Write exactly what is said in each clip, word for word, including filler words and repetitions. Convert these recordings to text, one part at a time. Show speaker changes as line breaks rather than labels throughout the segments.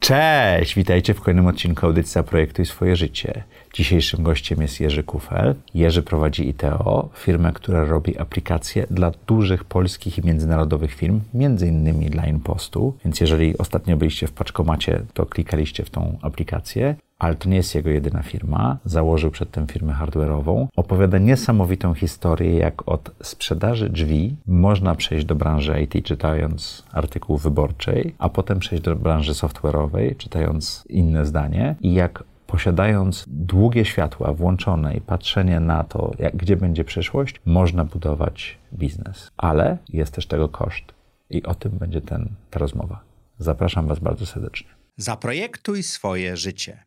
Cześć! Witajcie w kolejnym odcinku audycji Zaprojektuj swoje życie. Dzisiejszym gościem jest Jerzy Kufel. Jerzy prowadzi I T O, firmę, która robi aplikacje dla dużych polskich i międzynarodowych firm, między innymi dla InPostu. Więc jeżeli ostatnio byliście w paczkomacie, to klikaliście w tą aplikację. Ale to nie jest jego jedyna firma. Założył przedtem firmę hardware'ową. Opowiada niesamowitą historię, jak od sprzedaży drzwi można przejść do branży I T, czytając artykuł Wyborczej, a potem przejść do branży software'owej, czytając inne zdanie i jak posiadając długie światła włączone i patrzenie na to, jak, gdzie będzie przyszłość, można budować biznes. Ale jest też tego koszt. I o tym będzie ten, ta rozmowa. Zapraszam Was bardzo serdecznie.
Zaprojektuj swoje życie.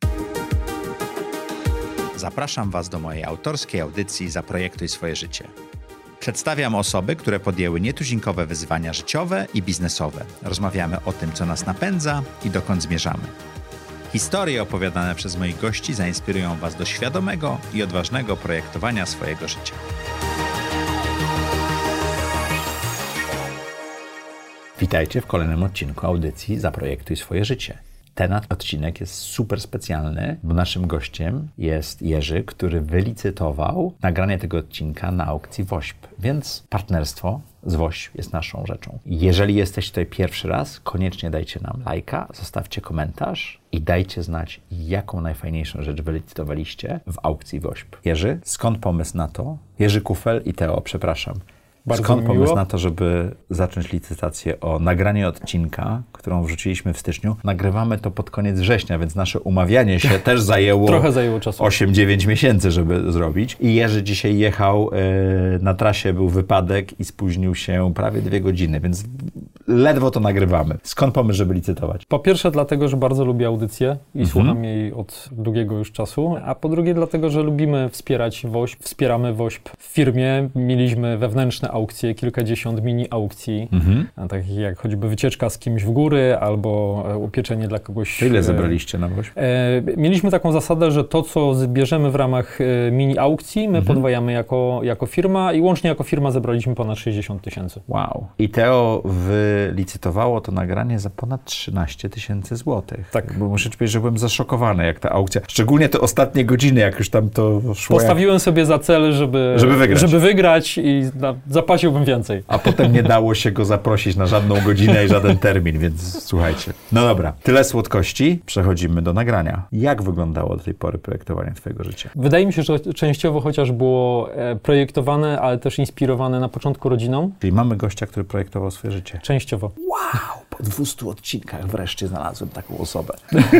Zapraszam Was do mojej autorskiej audycji Zaprojektuj swoje życie. Przedstawiam osoby, które podjęły nietuzinkowe wyzwania życiowe i biznesowe. Rozmawiamy o tym, co nas napędza i dokąd zmierzamy. Historie opowiadane przez moich gości zainspirują Was do świadomego i odważnego projektowania swojego życia.
Witajcie w kolejnym odcinku audycji Zaprojektuj swoje życie. Ten odcinek jest super specjalny, bo naszym gościem jest Jerzy, który wylicytował nagranie tego odcinka na aukcji WOŚP, więc partnerstwo z WOŚP jest naszą rzeczą. Jeżeli jesteście tutaj pierwszy raz, koniecznie dajcie nam lajka, zostawcie komentarz i dajcie znać, jaką najfajniejszą rzecz wylicytowaliście w aukcji WOŚP. Jerzy, skąd pomysł na to? Jerzy Kufel, I T O, przepraszam.
Bardzo
Skąd pomysł
miło.
na to, żeby zacząć licytację o nagranie odcinka, którą wrzuciliśmy w styczniu? Nagrywamy to pod koniec września, więc nasze umawianie się też zajęło,
Trochę zajęło czasu.
osiem dziewięć miesięcy, żeby zrobić. I Jerzy dzisiaj jechał, yy, na trasie był wypadek i spóźnił się prawie dwie godziny, więc ledwo to nagrywamy. Skąd pomysł, żeby licytować?
Po pierwsze dlatego, że bardzo lubię audycję i
Mhm.
słucham jej od długiego już czasu, a po drugie dlatego, że lubimy wspierać WOŚP, wspieramy WOŚP w firmie. Mieliśmy wewnętrzne aukcje, kilkadziesiąt mini aukcji,
Mhm.
takich jak choćby wycieczka z kimś w góry albo e, upieczenie dla kogoś.
To ile
e,
zebraliście na WOŚP?
E, mieliśmy taką zasadę, że to, co zbierzemy w ramach e, mini aukcji, my
Mhm.
podwajamy jako, jako firma i łącznie jako firma zebraliśmy ponad sześćdziesiąt tysięcy.
Wow. I T O wylicytowało to nagranie za ponad trzynaście tysięcy złotych.
Tak.
Bo muszę ci powiedzieć, że byłem zaszokowany, jak ta aukcja, szczególnie te ostatnie godziny, jak już tam to szło.
Postawiłem jak... sobie za cel, żeby,
Żeby wygrać.
żeby wygrać i na, zapłaciłbym więcej.
A potem nie dało się go zaprosić na żadną godzinę i żaden termin, więc słuchajcie. No dobra, tyle słodkości. Przechodzimy do nagrania. Jak wyglądało do tej pory projektowanie twojego życia?
Wydaje mi się, że częściowo chociaż było e, projektowane, ale też inspirowane na początku rodziną.
Czyli mamy gościa, który projektował swoje życie.
Częściowo.
Wow, po dwustu odcinkach wreszcie znalazłem taką osobę.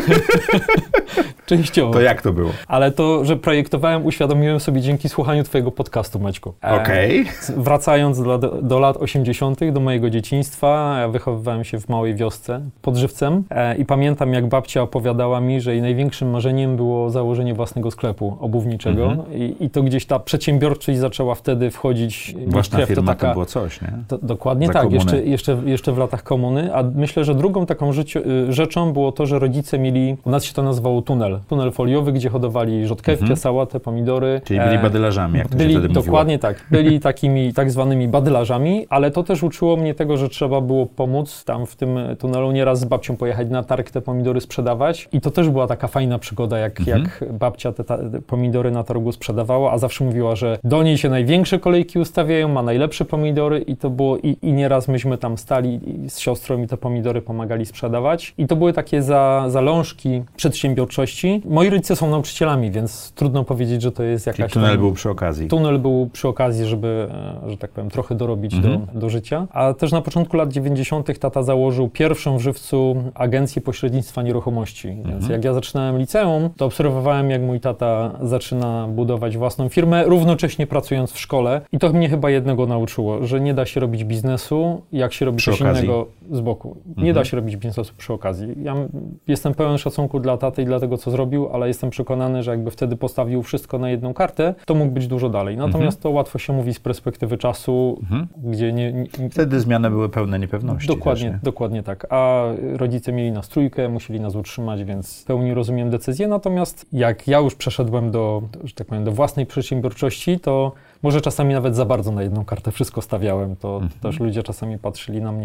Częściowo.
To jak to było?
Ale to, że projektowałem, uświadomiłem sobie dzięki słuchaniu twojego podcastu, Maćku. E,
Okej.
Wracając do, do lat osiemdziesiątych, do mojego dzieciństwa, ja wychowywałem się w małej wiosce pod Żywcem e, i pamiętam, jak babcia opowiadała mi, że jej największym marzeniem było założenie własnego sklepu obuwniczego.
Mhm.
I, I to gdzieś ta przedsiębiorczość zaczęła wtedy wchodzić.
Własna
krew,
firma
to, taka,
to było coś, nie?
to, dokładnie
Za
tak,
komuny.
jeszcze, jeszcze, jeszcze w latach komuny, a myślę, że drugą taką życiu, y, rzeczą było to, że rodzice mieli, u nas się to nazywało tunel, tunel foliowy, gdzie hodowali rzodkiewkę,
Mhm.
sałatę, pomidory.
Czyli byli
E,
badylarzami, jak to
byli,
się wtedy mówiło.
Dokładnie tak, byli takimi tak zwanymi badylarzami, ale to też uczyło mnie tego, że trzeba było pomóc tam w tym tunelu, nieraz z babcią pojechać na targ, te pomidory sprzedawać i to też była taka fajna przygoda, jak,
Mhm.
jak babcia te, ta, te pomidory na targu sprzedawała, a zawsze mówiła, że do niej się największe kolejki ustawiają, ma najlepsze pomidory i to było, i, i nieraz myśmy tam stali i z siostrą i te pomidory pomagali sprzedawać i to były takie za, zalążki przedsiębiorczości. Moi rodzice są nauczycielami, więc trudno powiedzieć, że to jest
Czyli
jakaś
tunel
tam...
był przy okazji.
Tunel był przy okazji, żeby, e, że tak powiem, trochę dorobić
Mhm.
do, do życia. A też na początku lat dziewięćdziesiątych tata założył pierwszą w Żywcu agencję pośrednictwa nieruchomości.
Mhm.
Więc jak ja zaczynałem liceum, to obserwowałem, jak mój tata zaczyna budować własną firmę, równocześnie pracując w szkole. I to mnie chyba jednego nauczyło, że nie da się robić biznesu, jak się robi
Przy
coś
okazji.
innego z boku. Nie
Mhm.
da się robić biznesu przy okazji. Ja m- jestem pełen szacunku dla taty i dla tego, co zrobił, ale jestem przekonany, że jakby wtedy postawił wszystko na jedną kartę, to mógł być dużo dalej. Natomiast
Mhm.
to łatwo się mówi z perspektywy czasu,
Mhm.
gdzie nie... nie
Wtedy zmiany były pełne niepewności.
dokładnie,
też, nie?
dokładnie tak. A rodzice mieli nas trójkę, musieli nas utrzymać, więc w pełni rozumiem decyzję. Natomiast jak ja już przeszedłem do, że tak powiem, do własnej przedsiębiorczości, to może czasami nawet za bardzo na jedną kartę wszystko stawiałem, to,
Mhm.
to też ludzie czasami patrzyli na mnie ze,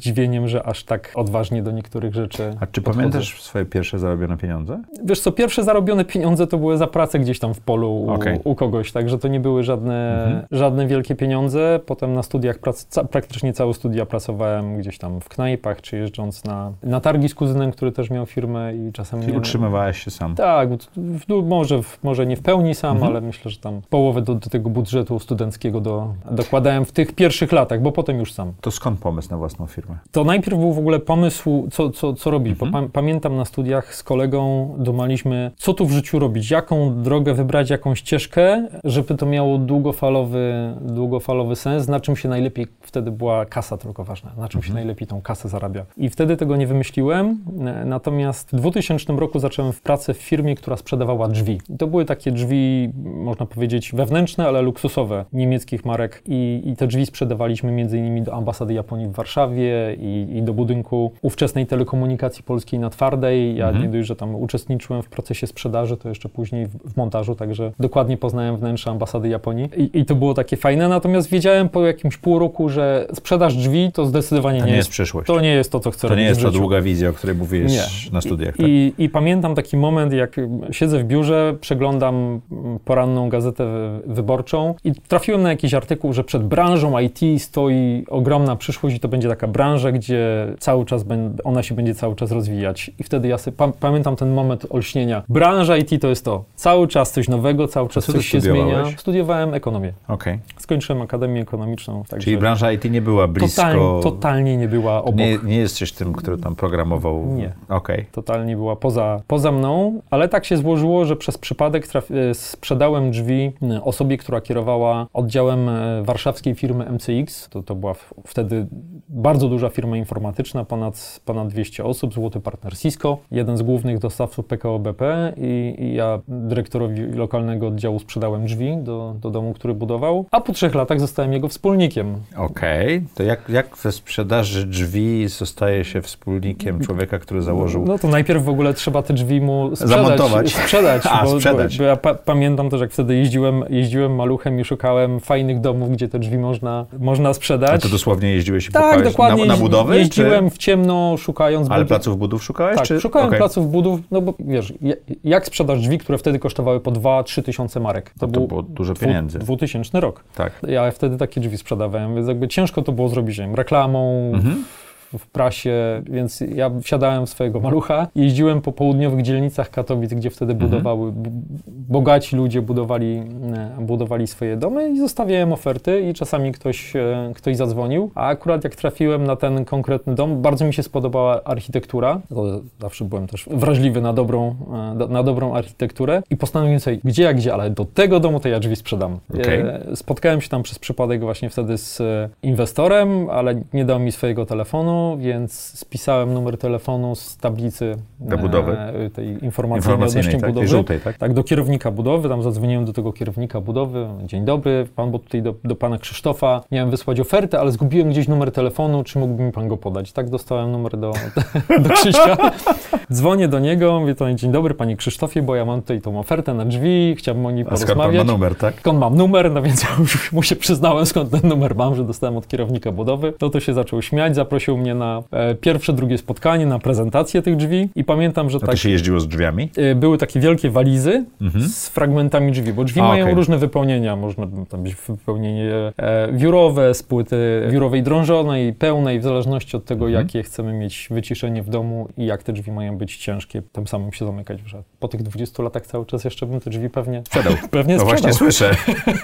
zdziwieniem, że aż tak odważnie do niektórych rzeczy
A czy
podchodzę.
pamiętasz swoje pierwsze zarobione pieniądze?
Wiesz co, pierwsze zarobione pieniądze to były za pracę gdzieś tam w polu
Okay.
u, u kogoś, także to nie były żadne, mhm. żadne wielkie pieniądze. Potem na studiach, prac, ca, praktycznie całe studia pracowałem gdzieś tam w knajpach, czy jeżdżąc na, na targi z kuzynem, który też miał firmę i czasem...
Czyli
nie,
utrzymywałeś się sam?
Tak, w, w, może, w, może nie w pełni sam, mhm. ale myślę, że tam połowę do, do tego budżetu studenckiego do, dokładałem w tych pierwszych latach, bo potem już sam.
To skąd pomysł na własną firmę?
To najpierw był w ogóle pomysł, co, co, co robić,
mhm.
bo pa, pamiętam na studiach z kolegą dumaliśmy, co tu w życiu robić, jaką drogę wybrać, jaką ścieżkę, żeby to miało długofalowy, długofalowy sens, na czym się najlepiej, wtedy była kasa tylko ważna, na czym mhm. się najlepiej tą kasę zarabia. I wtedy tego nie wymyśliłem, natomiast w dwutysięcznym roku zacząłem w pracę w firmie, która sprzedawała drzwi. I to były takie drzwi, można powiedzieć, wewnętrzne, ale luksusowe, niemieckich marek i, i te drzwi sprzedawaliśmy między innymi do ambasady Japonii w Warszawie i, i do budynku ówczesnej telekomunikacji polskiej na Twardej. Ja mhm. nie dość, że tam uczestniczyłem w procesie sprzedaży, to jeszcze później w, w montażu, także dokładnie poznałem wnętrze ambasady Japonii I, i to było takie fajne, natomiast wiedziałem po jakimś pół roku, że sprzedaż drzwi to zdecydowanie
to
nie,
nie
jest,
jest przyszłość.
To nie jest to, co chcę
to
robić
nie jest
w
ta
życiu.
długa wizja, o której mówiłeś
nie.
na studiach.
I,
tak?
i, I pamiętam taki moment, jak siedzę w biurze, przeglądam poranną gazetę wyborczą i trafiłem na jakiś artykuł, że przed branżą I T stoi ogromna przyszłość i to będzie taka branża, gdzie cały czas ben, ona się będzie cały czas rozwijać. I wtedy ja sobie pa, pamiętam ten moment olśnienia. Branża I T to jest to. Cały czas coś nowego, cały czas coś się zmienia. Studiowałem ekonomię.
Okay.
Skończyłem Akademię Ekonomiczną. Także
czyli branża I T nie była blisko...
Totalnie, totalnie nie była obok.
Nie, nie jesteś tym, który tam programował?
Nie.
Okay.
Totalnie była poza, poza mną, ale tak się złożyło, że przez przypadek trafi- sprzedałem drzwi osobie, która kierowała oddziałem warszawskiej firmy M C X. To, to była w, wtedy bardzo duża firma informatyczna, ponad, ponad dwieście osób, złoty partner Cisco, jeden z głównych dostawców P K O B P i, i ja dyrektorowi lokalnego oddziału sprzedałem drzwi do, do domu, który budował, a po trzech latach zostałem jego wspólnikiem.
Okej, okay. To jak, jak we sprzedaży drzwi zostaje się wspólnikiem człowieka, który założył...
No to najpierw w ogóle trzeba te drzwi mu sprzedać.
Zamontować.
Sprzedać,
a,
bo,
sprzedać.
Bo, bo ja pa- pamiętam też, jak wtedy jeździłem, jeździłem maluchem i szukałem fajnych domów, gdzie te drzwi można, można sprzedać.
A to dosłownie jeździłeś i
tak, dokładnie,
na, na budowy?
Jeździłem
czy...
w ciemno, szukając...
Ale
budów.
placów budów szukałeś?
Tak,
czy...
szukałem
okay.
placów budów, no bo wiesz, jak sprzedasz drzwi, które wtedy kosztowały po dwa trzy tysiące marek?
To, to był było dużo pieniędzy.
dwutysięczny rok.
Tak.
Ja wtedy takie drzwi sprzedawałem, więc jakby ciężko to było zrobić, nie wiem, reklamą, mhm. w prasie, więc ja wsiadałem w swojego malucha, jeździłem po południowych dzielnicach Katowic, gdzie wtedy mhm. budowały, bogaci ludzie budowali, budowali swoje domy i zostawiałem oferty i czasami ktoś, ktoś zadzwonił, a akurat jak trafiłem na ten konkretny dom, bardzo mi się spodobała architektura, to zawsze byłem też wrażliwy na dobrą, na dobrą architekturę i postanowiłem sobie, gdzie jak gdzie, ale do tego domu to ja drzwi sprzedam.
Okay.
Spotkałem się tam przez przypadek właśnie wtedy z inwestorem, ale nie dał mi swojego telefonu, więc spisałem numer telefonu z tablicy
do budowy.
E, tej informacyjnej odnośnie
tak,
budowy.
żółtej, tak?
Tak, do kierownika budowy, tam zadzwoniłem do tego kierownika budowy. Dzień dobry, pan, bo tutaj do, do pana Krzysztofa miałem wysłać ofertę, ale zgubiłem gdzieś numer telefonu, czy mógłby mi pan go podać? Tak, dostałem numer do, do Krzyśka. Dzwonię do niego, mówię to dzień dobry panie Krzysztofie, bo ja mam tutaj tą ofertę na drzwi, chciałbym o niej porozmawiać.
A skąd pan ma numer, tak?
Skąd mam numer, no więc ja już mu się przyznałem, skąd ten numer mam, że dostałem od kierownika budowy. No to się zaczął śmiać, zaprosił mnie na e, pierwsze, drugie spotkanie, na prezentację tych drzwi i pamiętam, że
A
tak...
to się jeździło z drzwiami?
E, były takie wielkie walizy
mhm.
z fragmentami drzwi, bo drzwi
A,
mają
okay.
różne wypełnienia. Można tam być wypełnienie e, wiórowe, z płyty wiórowej drążonej, pełnej, w zależności od tego, mhm. jakie chcemy mieć wyciszenie w domu i jak te drzwi mają być ciężkie, tym samym się zamykać. Że po tych dwudziestu latach cały czas jeszcze bym te drzwi pewnie
sprzedał.
pewnie
no
sprzedał.
właśnie słyszę.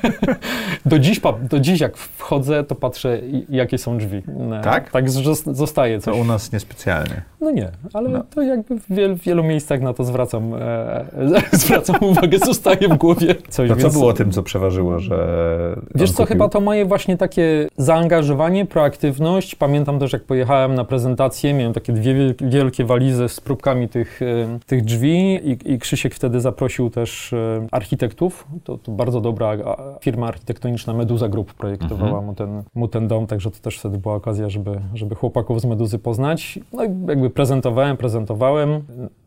do, dziś, do dziś jak wchodzę, to patrzę, jakie są drzwi. No,
tak?
Tak zostaje coś.
To u nas niespecjalnie.
No nie, ale
no.
to jakby w, wiel, w wielu miejscach na to zwracam, e, zwracam uwagę, zostaje w głowie. Coś,
to co
więc...
było tym, co przeważyło, że
Wiesz co,
kupił?
chyba to moje właśnie takie zaangażowanie, proaktywność. Pamiętam też, jak pojechałem na prezentację, miałem takie dwie wielkie walizy z próbkami tych, tych drzwi i, i Krzysiek wtedy zaprosił też architektów. To, to bardzo dobra firma architektoniczna Meduza Group projektowała mhm. mu, ten, mu ten dom, także to też wtedy była okazja, żeby, żeby chłopaków z Meduzy poznać. No i jakby prezentowałem, prezentowałem.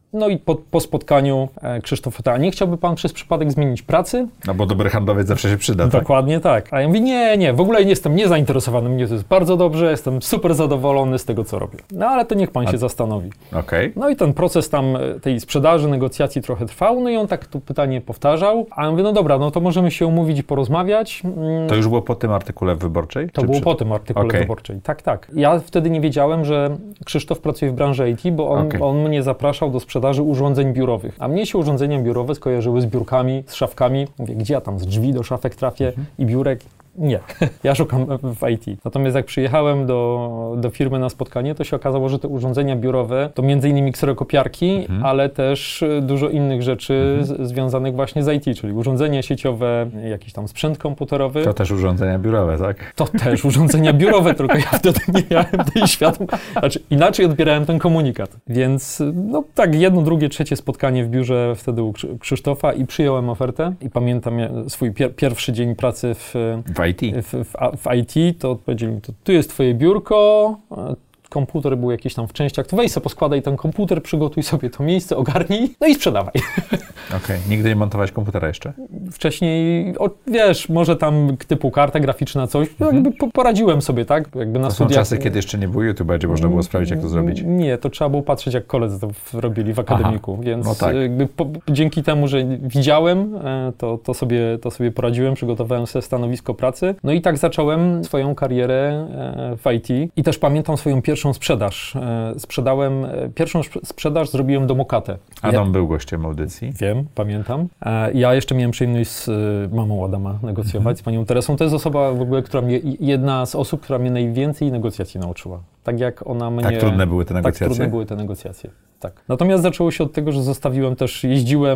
No i po, po spotkaniu e, Krzysztof pyta, nie chciałby pan przez przypadek zmienić pracy?
No bo dobry handlowiec zawsze się przyda, tak?
Dokładnie tak. A ja mówię, nie, nie, w ogóle nie jestem niezainteresowany, mnie to jest bardzo dobrze, jestem super zadowolony z tego, co robię. No ale to niech pan A... się zastanowi.
Okay.
No i ten proces tam tej sprzedaży, negocjacji trochę trwał, no i on tak to pytanie powtarzał, a ja mówię, no dobra, no to możemy się umówić i porozmawiać.
To już było po tym artykule w Wyborczej?
To było przy... po tym artykule okay. Wyborczej, tak, tak. Ja wtedy nie wiedziałem, że Krzysztof pracuje w branży I T, bo on, okay. on mnie zapraszał do sprzedaży urządzeń biurowych. A mnie się urządzenia biurowe skojarzyły z biurkami, z szafkami. Mówię, gdzie ja tam z drzwi do szafek trafię mhm. i biurek? Nie, ja szukam w I T. Natomiast jak przyjechałem do, do firmy na spotkanie, to się okazało, że te urządzenia biurowe to między innymi kserokopiarki, mhm. ale też dużo innych rzeczy mhm. z, związanych właśnie z I T, czyli urządzenia sieciowe, jakiś tam sprzęt komputerowy.
To też urządzenia biurowe, tak?
To też urządzenia biurowe, tylko ja wtedy nie miałem tej świadomości. Znaczy inaczej odbierałem ten komunikat. Więc no tak, jedno, drugie, trzecie spotkanie w biurze wtedy u Krzysztofa i przyjąłem ofertę. I pamiętam swój pier- pierwszy dzień pracy w
W I T.
W, w, w I T, to powiedzieli mi, to tu jest twoje biurko, komputer był jakiś tam w częściach, to weź sobie poskładaj ten komputer, przygotuj sobie to miejsce, ogarnij, no i sprzedawaj.
Okej, okay. Nigdy nie montowałeś komputera jeszcze?
Wcześniej, o, wiesz, może tam typu karta graficzna, coś, mhm. jakby po, poradziłem sobie, tak? Jakby na
to
studiach.
Są czasy, kiedy jeszcze nie było YouTube'a, gdzie można było sprawdzić, jak to zrobić.
Nie, to trzeba było patrzeć, jak koledzy to robili w akademiku, Aha. więc no tak. jakby po, dzięki temu, że widziałem, to, to, sobie, to sobie poradziłem, przygotowałem sobie stanowisko pracy, no i tak zacząłem swoją karierę w I T i też pamiętam swoją pierwszą sprzedaż. Sprzedałem, pierwszą sprzedaż zrobiłem do Mokate.
Adam ja, był gościem audycji.
Wiem, pamiętam. Ja jeszcze miałem przyjemność z mamą Adama negocjować, mm-hmm. z panią Teresą. To jest osoba w ogóle, która mnie, jedna z osób, która mnie najwięcej negocjacji nauczyła. Tak jak ona mnie...
Tak trudne były te negocjacje?
Tak trudne były te negocjacje, tak. Natomiast zaczęło się od tego, że zostawiłem też, jeździłem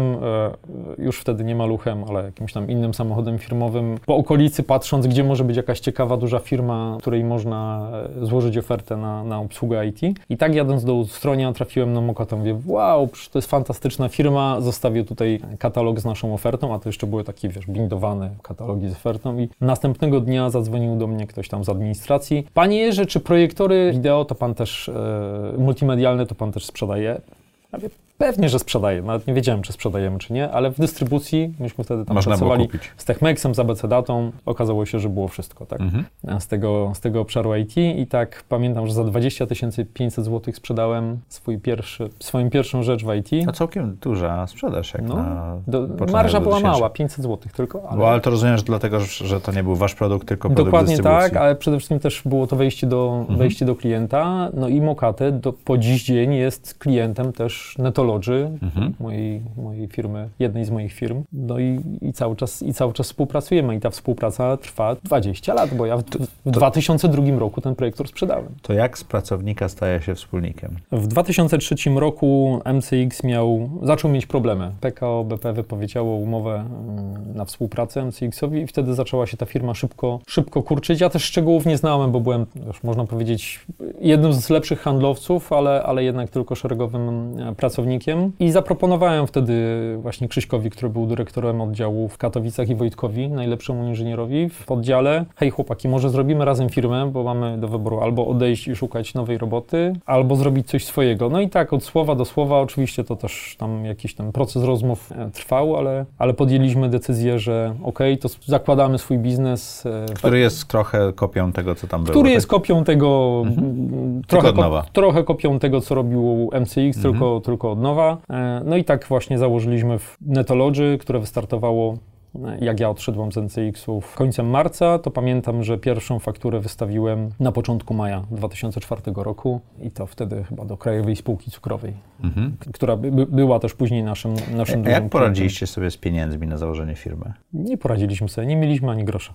już wtedy nie maluchem, ale jakimś tam innym samochodem firmowym po okolicy, patrząc, gdzie może być jakaś ciekawa, duża firma, której można złożyć ofertę na, na obsługę I T. I tak jadąc do Ustronia trafiłem na Mokatę. Mówię, wow, to jest fantastyczna firma, zostawię tutaj katalog z naszą ofertą, a to jeszcze były takie, wiesz, bindowane katalogi z ofertą i następnego dnia zadzwonił do mnie ktoś tam z administracji. Panie Jerzy, czy projektory wideo to pan też, e, multimedialne to pan też sprzedaje? Ja mówię, pewnie, że sprzedaję. Nawet nie wiedziałem, czy sprzedajemy, czy nie, ale w dystrybucji, myśmy wtedy tam
Można
pracowali z Techmexem, z A B C Datą. Okazało się, że było wszystko, tak? Mhm. Z tego, z tego obszaru I T i tak pamiętam, że za dwadzieścia tysięcy pięćset złotych sprzedałem swój pierwszy, swoją pierwszą rzecz w I T.
A całkiem duża sprzedaż, jak no, na
do, Marża była mała, pięćset złotych tylko. Ale...
Bo, ale to rozumiesz dlatego, że to nie był wasz produkt, tylko produkt
Dokładnie
dystrybucji.
tak, ale przede wszystkim też było to wejście do, mhm. wejście do klienta. No i Mokate do, po dziś dzień jest klientem też Netology, mhm. mojej, mojej firmy, jednej z moich firm. No i, i, cały czas, i cały czas współpracujemy i ta współpraca trwa dwadzieścia lat, bo ja w, w to, dwa tysiące drugim roku ten projektor sprzedałem.
To jak z pracownika staje się wspólnikiem?
W dwa tysiące trzecim roku M C X miał, zaczął mieć problemy. P K O B P wypowiedziało umowę na współpracę M C X-owi i wtedy zaczęła się ta firma szybko, szybko kurczyć. Ja też szczegółów nie znałem, bo byłem, już można powiedzieć, jednym z lepszych handlowców, ale, ale jednak tylko szeregowym pracownikiem. I zaproponowałem wtedy właśnie Krzyśkowi, który był dyrektorem oddziału w Katowicach i Wojtkowi, najlepszemu inżynierowi w oddziale. Hej chłopaki, może zrobimy razem firmę, bo mamy do wyboru albo odejść i szukać nowej roboty, albo zrobić coś swojego. No i tak od słowa do słowa, oczywiście to też tam jakiś ten proces rozmów trwał, ale, ale podjęliśmy decyzję, że okej, okay, to zakładamy swój biznes.
Który jest trochę kopią tego, co tam było.
Który
tak?
jest kopią tego, mhm. trochę, ko- trochę kopią tego, co robił M C X, mhm. tylko, tylko od nowa. No i tak właśnie założyliśmy w Netology, które wystartowało, jak ja odszedłem z M C X-ów końcem marca, to pamiętam, że pierwszą fakturę wystawiłem na początku maja dwa tysiące czwartego roku i to wtedy chyba do Krajowej Spółki Cukrowej, mhm. która by, by, była też później naszym, naszym
A jak poradziliście sobie z pieniędzmi na założenie firmy?
Nie poradziliśmy sobie, nie mieliśmy ani grosza.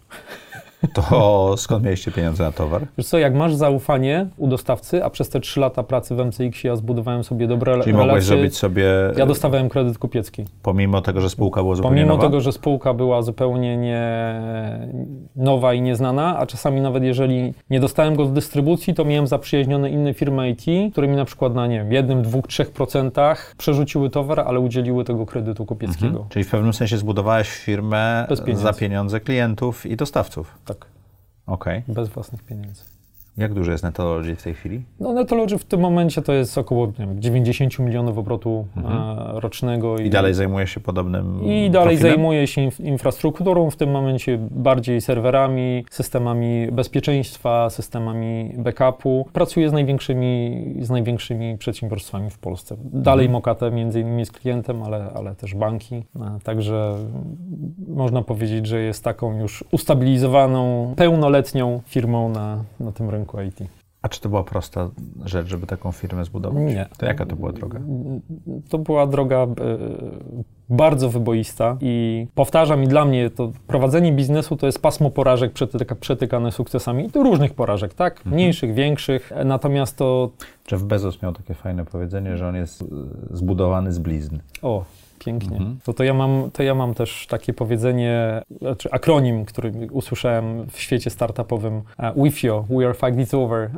To skąd mieliście pieniądze na towar?
Wiesz co, jak masz zaufanie u dostawcy, a przez te trzy lata pracy w M C X ja zbudowałem sobie dobre Czyli relacje. Czyli mogłeś
zrobić sobie...
Ja dostawałem kredyt kupiecki.
Pomimo tego, że spółka była zupełnie
Pomimo
nowa?
tego, że spółka była zupełnie nie nowa i nieznana, a czasami nawet jeżeli nie dostałem go z dystrybucji, to miałem zaprzyjaźnione inne firmy I T, które mi na przykład na, nie wiem, jednym, dwóch, trzech procentach przerzuciły towar, ale udzieliły tego kredytu kupieckiego. Mhm.
Czyli w pewnym sensie zbudowałeś firmę za pieniądze klientów i dostawców.
Tak.
Okay.
Bez własnych pieniędzy.
Jak duże jest Netology w tej chwili?
No Netology w tym momencie to jest około nie wiem, dziewięćdziesiąt milionów obrotu mhm. rocznego.
I, I dalej zajmuje się podobnym
I dalej
profilem?
zajmuje się inf- infrastrukturą, w tym momencie bardziej serwerami, systemami bezpieczeństwa, systemami backupu. Pracuje z największymi, z największymi przedsiębiorstwami w Polsce. Dalej mhm. Mokate między innymi jest klientem, ale, ale też banki. Także można powiedzieć, że jest taką już ustabilizowaną, pełnoletnią firmą na, na tym rynku I T.
A czy to była prosta rzecz, żeby taką firmę zbudować?
Nie.
To jaka to była droga?
To była droga y, bardzo wyboista i powtarzam, i dla mnie to prowadzenie biznesu to jest pasmo porażek przetyka, przetykane sukcesami. I to różnych porażek, tak? Mhm. Mniejszych, większych. Natomiast to...
Jeff Bezos miał takie fajne powiedzenie, że on jest zbudowany z blizn.
O. Pięknie. Mhm. To, to, ja mam, to ja mam też takie powiedzenie, znaczy akronim, który usłyszałem w świecie startupowym. Uh, Wifio, we are five days over.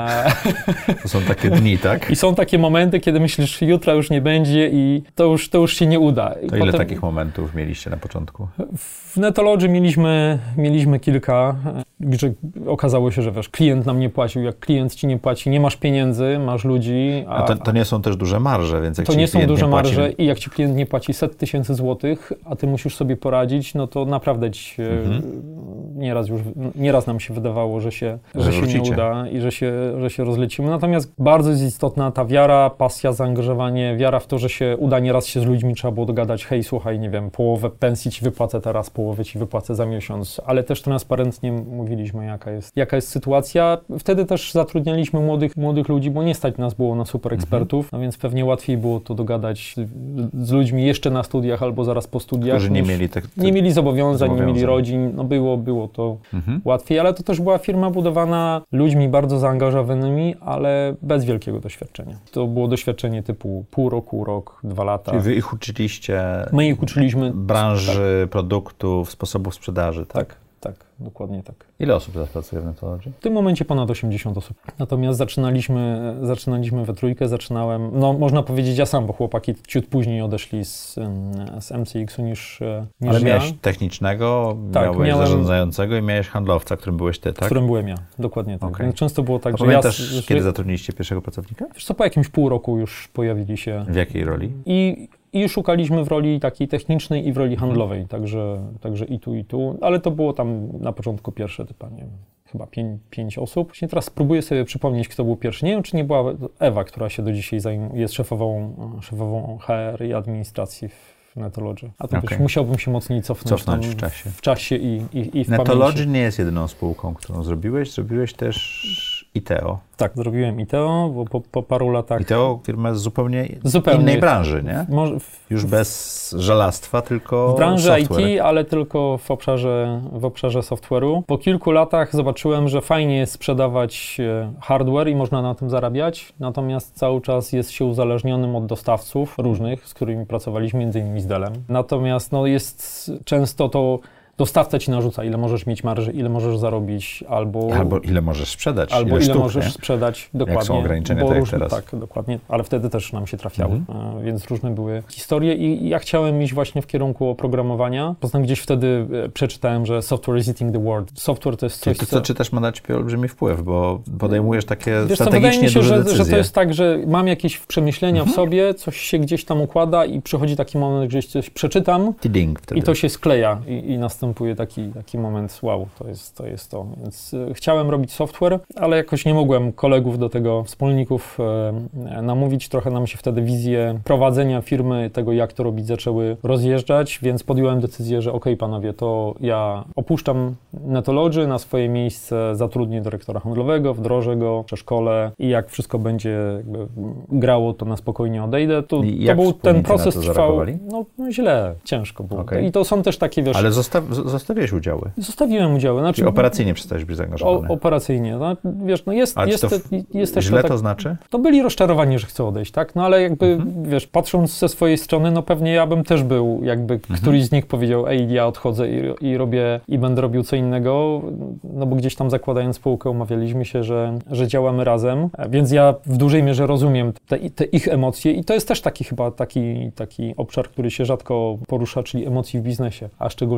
Uh,
to są takie dni, tak?
I są takie momenty, kiedy myślisz, jutra już nie będzie i to już, to już się nie uda. I
to ile
potem,
takich momentów mieliście na początku?
W Netology mieliśmy, mieliśmy kilka, gdzie okazało się, że wiesz, klient nam nie płacił. Jak klient ci nie płaci, nie masz pieniędzy, masz ludzi. A,
a to, to nie są też duże marże, więc jak
to
ci
nie są duże
nie płaci...
marże i jak ci klient nie płaci set tysięcy złotych, a ty musisz sobie poradzić, no to naprawdę ci mhm. nieraz już, nieraz nam się wydawało, że się, że się nie uda i że się, że się rozlecimy. Natomiast bardzo jest istotna ta wiara, pasja, zaangażowanie, wiara w to, że się uda. Nieraz się z ludźmi trzeba było dogadać, hej, słuchaj, nie wiem, połowę pensji ci wypłacę teraz, połowę ci wypłacę za miesiąc, ale też transparentnie mówiliśmy, jaka jest, jaka jest sytuacja. Wtedy też zatrudnialiśmy młodych, młodych ludzi, bo nie stać nas było na super ekspertów, mhm. no więc pewnie łatwiej było to dogadać z ludźmi jeszcze na studiach albo zaraz po studiach.
Którzy nie mieli, te, te
nie mieli zobowiązań, zobowiązań, nie mieli rodzin, no było, było to mhm. łatwiej, ale to też była firma budowana ludźmi bardzo zaangażowanymi, ale bez wielkiego doświadczenia. To było doświadczenie typu pół roku, rok, dwa lata.
Czyli wy ich uczyliście
My ich uczyliśmy
branży,
tak.
produktów, sposobów sprzedaży, tak?
Tak. Tak, dokładnie tak.
Ile osób teraz pracuje w Netology?
W tym momencie ponad osiemdziesiąt osób. Natomiast zaczynaliśmy, zaczynaliśmy we trójkę, zaczynałem, no można powiedzieć ja sam, bo chłopaki ciut później odeszli z, z M C X-u niż, niż
Ale
ja.
miałeś technicznego, tak, miałeś miałem, zarządzającego i miałeś handlowca, którym byłeś ty, tak?
Którym byłem ja, dokładnie tak.
Okay.
Często było tak,
A
że
pamiętasz,
ja...
kiedy że, zatrudniliście pierwszego pracownika?
Wiesz co, po jakimś pół roku już pojawili się...
W jakiej roli?
I... I szukaliśmy w roli takiej technicznej i w roli handlowej, hmm. także, także i tu, i tu, ale to było tam na początku pierwsze typa, nie wiem, chyba pięć, pięć osób. Właśnie teraz próbuję sobie przypomnieć, kto był pierwszy. Nie wiem, czy nie była Ewa, która się do dzisiaj zajmuje, jest szefową, szefową H R i administracji w Netology. A to okay. też musiałbym się mocniej cofnąć,
cofnąć w czasie,
w czasie i, i, i w
Netology
pamięci.
nie jest jedyną spółką, którą zrobiłeś, zrobiłeś też I T O.
Tak, zrobiłem I T O, bo po, po paru latach...
I T O firma z zupełnie,
zupełnie
innej branży, nie?
Może w,
Już bez żelastwa, tylko
w branży
software.
I T, ale tylko w obszarze, w obszarze software'u. Po kilku latach zobaczyłem, że fajnie jest sprzedawać hardware i można na tym zarabiać, natomiast cały czas jest się uzależnionym od dostawców różnych, z którymi pracowaliśmy, między innymi z Dellem. Natomiast no, jest często to... Dostawca ci narzuca, ile możesz mieć marży, ile możesz zarobić, albo...
Albo ile możesz sprzedać,
Albo
ile,
ile
sztuk,
możesz
nie?
sprzedać, dokładnie.
Jak są ograniczenia,
bo
tak
róż,
jak teraz.
Tak, dokładnie, ale wtedy też nam się trafiały,
mhm.
e, więc różne były historie i ja chciałem iść właśnie w kierunku oprogramowania. Poza tym gdzieś wtedy e, przeczytałem, że software is eating the world. Software to jest coś,
to, co... Czy też ma na ciebie olbrzymi wpływ, bo podejmujesz takie
Wiesz,
strategicznie
co,
duże
mi się,
decyzje.
że, że to jest tak, że mam jakieś przemyślenia mhm. w sobie, coś się gdzieś tam układa i przychodzi taki moment, że coś przeczytam
wtedy.
I to się skleja i, i następuje taki, taki moment, wow, to jest, to jest to. Więc y, chciałem robić software, ale jakoś nie mogłem kolegów do tego, wspólników y, namówić. Trochę nam się wtedy wizje prowadzenia firmy, tego jak to robić, zaczęły rozjeżdżać, więc podjąłem decyzję, że okej, okay, panowie, to ja opuszczam Netology, na swoje miejsce zatrudnię dyrektora handlowego, wdrożę go, przeszkolę i jak wszystko będzie jakby grało, to na spokojnie odejdę. To, to był ten proces trwał, no, no źle, ciężko było. Okay. I to są też takie, wiesz...
Ale zostaw, zostawiłeś udziały.
Zostawiłem udziały. Znaczy,
Czyli operacyjnie przestałeś być zaangażowany.
O, operacyjnie. No, wiesz, no jest,
ale
jest,
to
te, jest też
źle
to,
to
tak,
znaczy?
To byli rozczarowani, że chcą odejść, tak? No ale jakby, mhm. wiesz, patrząc ze swojej strony, no pewnie ja bym też był, jakby mhm. któryś z nich powiedział, ej, ja odchodzę i, i robię, i będę robił co innego, no bo gdzieś tam zakładając spółkę umawialiśmy się, że, że działamy razem, więc ja w dużej mierze rozumiem te, te ich emocje i to jest też taki chyba taki, taki obszar, który się rzadko porusza, czyli emocji w biznesie, a szczególnie tam, gdzie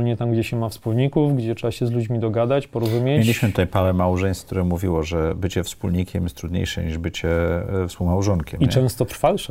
się ma wspólników, gdzie trzeba się z ludźmi dogadać, porozumieć.
Mieliśmy tutaj parę małżeństw, które mówiło, że bycie wspólnikiem jest trudniejsze niż bycie współmałżonkiem.
I
nie?
często trwalsze.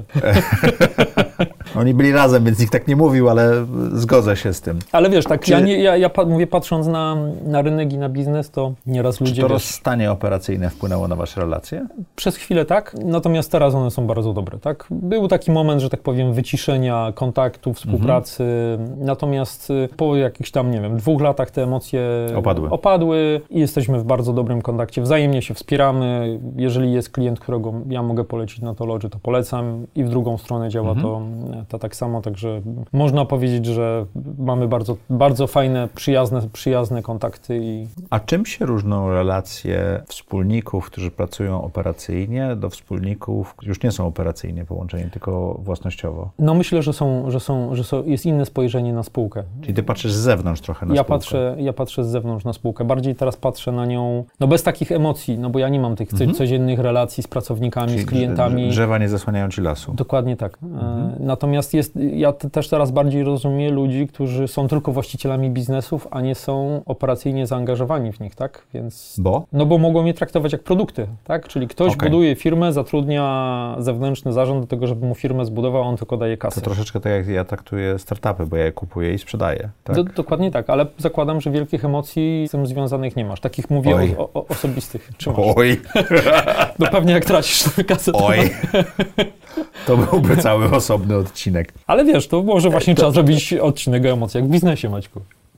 Oni byli razem, więc nikt tak nie mówił, ale zgodzę się z tym.
Ale wiesz, tak
Czy...
ja, nie, ja, ja pa, mówię, patrząc na, na rynek i na biznes, to nieraz ludzie...
Czy to
wiesz,
rozstanie operacyjne wpłynęło na wasze relacje?
Przez chwilę tak, natomiast teraz one są bardzo dobre, tak? Był taki moment, że tak powiem, wyciszenia kontaktu, współpracy, mhm. natomiast po jakichś tam, nie wiem, dwóch latach te emocje
opadły.
opadły i jesteśmy w bardzo dobrym kontakcie, wzajemnie się wspieramy. Jeżeli jest klient, którego ja mogę polecić na Natology, to polecam i w drugą stronę działa mhm. to, to tak samo, także można powiedzieć, że mamy bardzo, bardzo fajne, przyjazne, przyjazne kontakty. I...
A czym się różnią relacje wspólników, którzy pracują operacyjnie, do wspólników, którzy już nie są operacyjnie połączeni, tylko własnościowo?
No myślę, że są, że są, że są, jest inne spojrzenie na spółkę.
Czyli ty patrzysz z zewnątrz trochę na
ja
spółkę?
Patrzę, ja patrzę z zewnątrz na spółkę. Bardziej teraz patrzę na nią, no bez takich emocji, no bo ja nie mam tych mhm. codziennych relacji z pracownikami, czyli z klientami.
Drzewa nie zasłaniają ci lasu.
Dokładnie tak. Mhm. Natomiast jest, ja t- też teraz bardziej rozumiem ludzi, którzy są tylko właścicielami biznesów, a nie są operacyjnie zaangażowani w nich, tak? Więc...
Bo?
No bo mogą je traktować jak produkty, tak? Czyli ktoś
okay.
buduje firmę, zatrudnia zewnętrzny zarząd do tego, żeby mu firmę zbudował, a on tylko daje kasę.
To troszeczkę tak jak ja traktuję startupy, bo ja je kupuję i sprzedaję. Tak?
Do, dokładnie tak, ale zakładam, że wielkich emocji z tym związanych nie masz. Takich mówię o, o, osobistych. Czy masz?
Oj!
No pewnie jak tracisz tę kasę, to...
Oj! To byłby cały osobny odcinek.
Ale wiesz, to może właśnie to... trzeba zrobić odcinek o emocjach w biznesie, Maćku.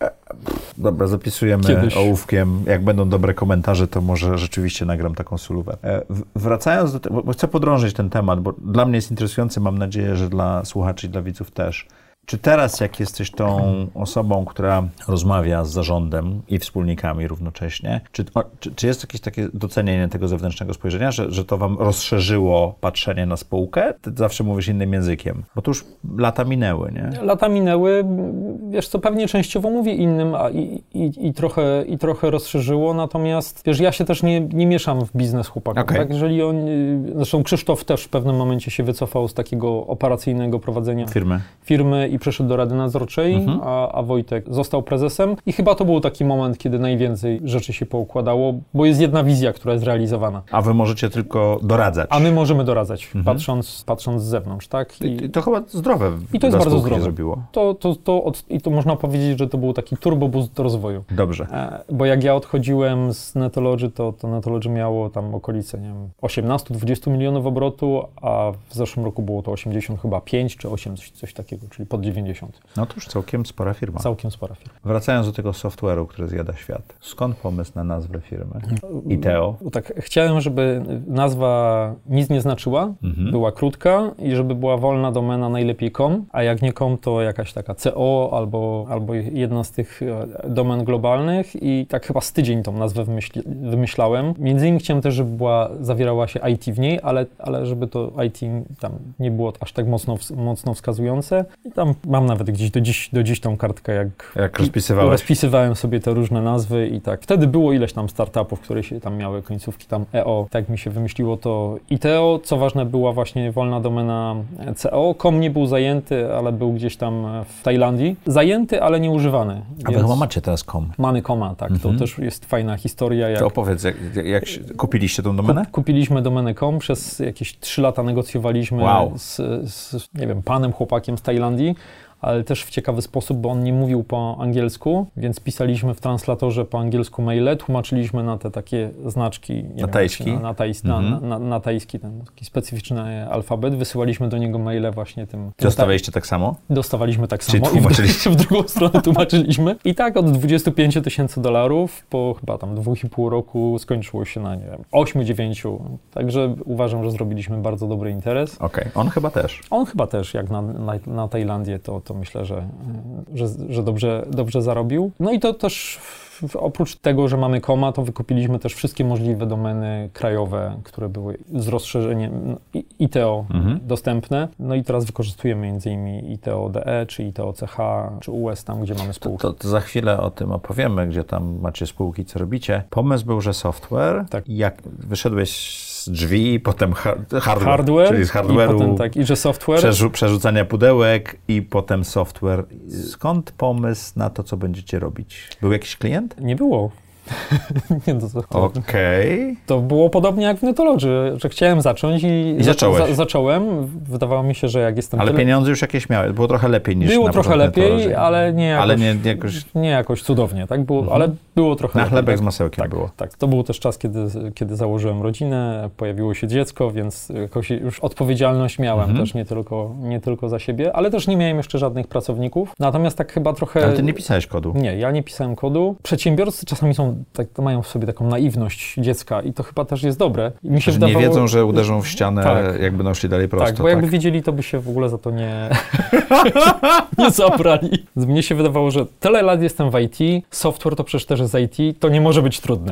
Dobra, zapisujemy Kiedyś. ołówkiem. Jak będą dobre komentarze, to może rzeczywiście nagram taką solówę. Wracając do tego, bo chcę podrążyć ten temat, bo dla mnie jest interesujący, mam nadzieję, że dla słuchaczy i dla widzów też. Czy teraz, jak jesteś tą osobą, która rozmawia z zarządem i wspólnikami równocześnie, czy, czy, czy jest jakieś takie docenienie tego zewnętrznego spojrzenia, że, że to wam rozszerzyło patrzenie na spółkę? Ty zawsze mówisz innym językiem, bo to już lata minęły, nie? Lata
minęły, wiesz co, pewnie częściowo mówię innym a i, i, i, trochę, i trochę rozszerzyło, natomiast wiesz, ja się też nie, nie mieszam w biznes chłopaków, okay. tak? Jeżeli on, zresztą Krzysztof też w pewnym momencie się wycofał z takiego operacyjnego prowadzenia
firmy,
firmy i przeszedł do Rady Nadzorczej, mhm. a, a Wojtek został prezesem i chyba to był taki moment, kiedy najwięcej rzeczy się poukładało, bo jest jedna wizja, która jest realizowana.
A wy możecie tylko doradzać.
A my możemy doradzać, mhm. patrząc, patrząc z zewnątrz, tak?
I, I to chyba zdrowe
I to jest bardzo zdrowe.
Zrobiło.
To, to, to od, I to można powiedzieć, że to był taki turbo boost rozwoju.
Dobrze.
E, bo jak ja odchodziłem z Natology, to, to Natology miało tam okolice, nie wiem, osiemnaście dwadzieścia milionów obrotu, a w zeszłym roku było to osiemdziesiąt chyba pięć czy osiem, coś, coś takiego, czyli pod dziewięćdziesiąt.
No to już całkiem spora firma.
Całkiem spora firma.
Wracając do tego software'u, który zjada świat. Skąd pomysł na nazwę firmy? Iteo?
Tak, chciałem, żeby nazwa nic nie znaczyła, mhm. była krótka i żeby była wolna domena najlepiej .com, a jak nie .com, to jakaś taka C O albo, albo jedna z tych domen globalnych i tak chyba z tydzień tą nazwę wymyśli, wymyślałem. Między innymi chciałem też, żeby była, zawierała się I T w niej, ale, ale żeby to I T tam nie było aż tak mocno, mocno wskazujące. I tam mam nawet gdzieś do dziś, do dziś tą kartkę, jak,
jak rozpisywałeś?
Rozpisywałem sobie te różne nazwy i tak. Wtedy było ileś tam startupów, które się tam miały końcówki tam E O. Tak mi się wymyśliło to Iteo. Co ważne, była właśnie wolna domena C O. .com nie był zajęty, ale był gdzieś tam w Tajlandii. Zajęty, ale nie używany.
A wy chyba macie teraz .com?
Mamy .coma, tak. Mhm. To też jest fajna historia. Jak...
To opowiedz, jak, jak kupiliście tą domenę?
Kup, kupiliśmy domenę .com. Przez jakieś trzy lata negocjowaliśmy
wow.
z, z, nie wiem, panem chłopakiem z Tajlandii, ale też w ciekawy sposób, bo on nie mówił po angielsku, więc pisaliśmy w translatorze po angielsku maile, tłumaczyliśmy na te takie znaczki.
Na tajski?
Na, na, tajs, mm-hmm. na, na, na tajski, ten taki specyficzny alfabet. Wysyłaliśmy do niego maile właśnie tym. tym
Dostawaliście tak samo?
Dostawaliśmy tak
Czyli
samo
tłumaczyliście?
I w, w drugą stronę tłumaczyliśmy. I tak od dwudziestu pięciu tysięcy dolarów po chyba tam dwóch i pół roku skończyło się na, nie wiem, ośmiu, dziewięciu. Także uważam, że zrobiliśmy bardzo dobry interes.
Okej, okay. On chyba też.
On chyba też, jak na, na, na Tajlandię, to to myślę, że, że, że dobrze, dobrze zarobił. No i to też oprócz tego, że mamy .coma, to wykupiliśmy też wszystkie możliwe domeny krajowe, które były z rozszerzeniem Iteo mhm. dostępne. No i teraz wykorzystujemy między innymi Iteo D E, czy Iteo C H, czy U S, tam gdzie mamy spółki.
To, to, to za chwilę o tym opowiemy, gdzie tam macie spółki, co robicie. Pomysł był, że software, tak. Jak wyszedłeś z z drzwi, potem ha- hardware,
hardware,
czyli z hardware'u,
i potem tak, i że software.
Przerzu- przerzucania pudełek i potem software. Skąd pomysł na to, co będziecie robić? Był jakiś klient?
Nie było. Nie, to, to, to,
Okej.
to było podobnie jak w Netology, że chciałem zacząć i,
I zacząłeś.
Za, zacząłem. Wydawało mi się, że jak jestem...
Ale
tyle...
pieniądze już jakieś miałeś, było trochę lepiej niż
Było
na
trochę
początku
lepiej,
Netology.
ale nie jakoś,
Ale nie jakoś...
nie jakoś cudownie, tak? Było,
Mhm.
ale było trochę
Na
lepiej.
chlebek
tak?
z masełkiem
tak,
było.
Tak, to był też czas, kiedy, kiedy założyłem rodzinę, pojawiło się dziecko, więc jakoś już odpowiedzialność miałem
Mhm.
też nie tylko, nie tylko za siebie, ale też nie miałem jeszcze żadnych pracowników. Natomiast tak chyba trochę...
Ale ty nie pisałeś kodu.
Nie, ja nie pisałem kodu. Przedsiębiorcy czasami są, tak, mają w sobie taką naiwność dziecka i to chyba też jest dobre. I mi się
Że
wydawało,
nie wiedzą, że uderzą w ścianę,
tak.
jak będą szli dalej prosto.
Tak, bo jakby wiedzieli, to by się w ogóle za to nie, nie zabrali. Mnie się wydawało, że tyle lat jestem w I T, software to przecież też jest I T, to nie może być trudne.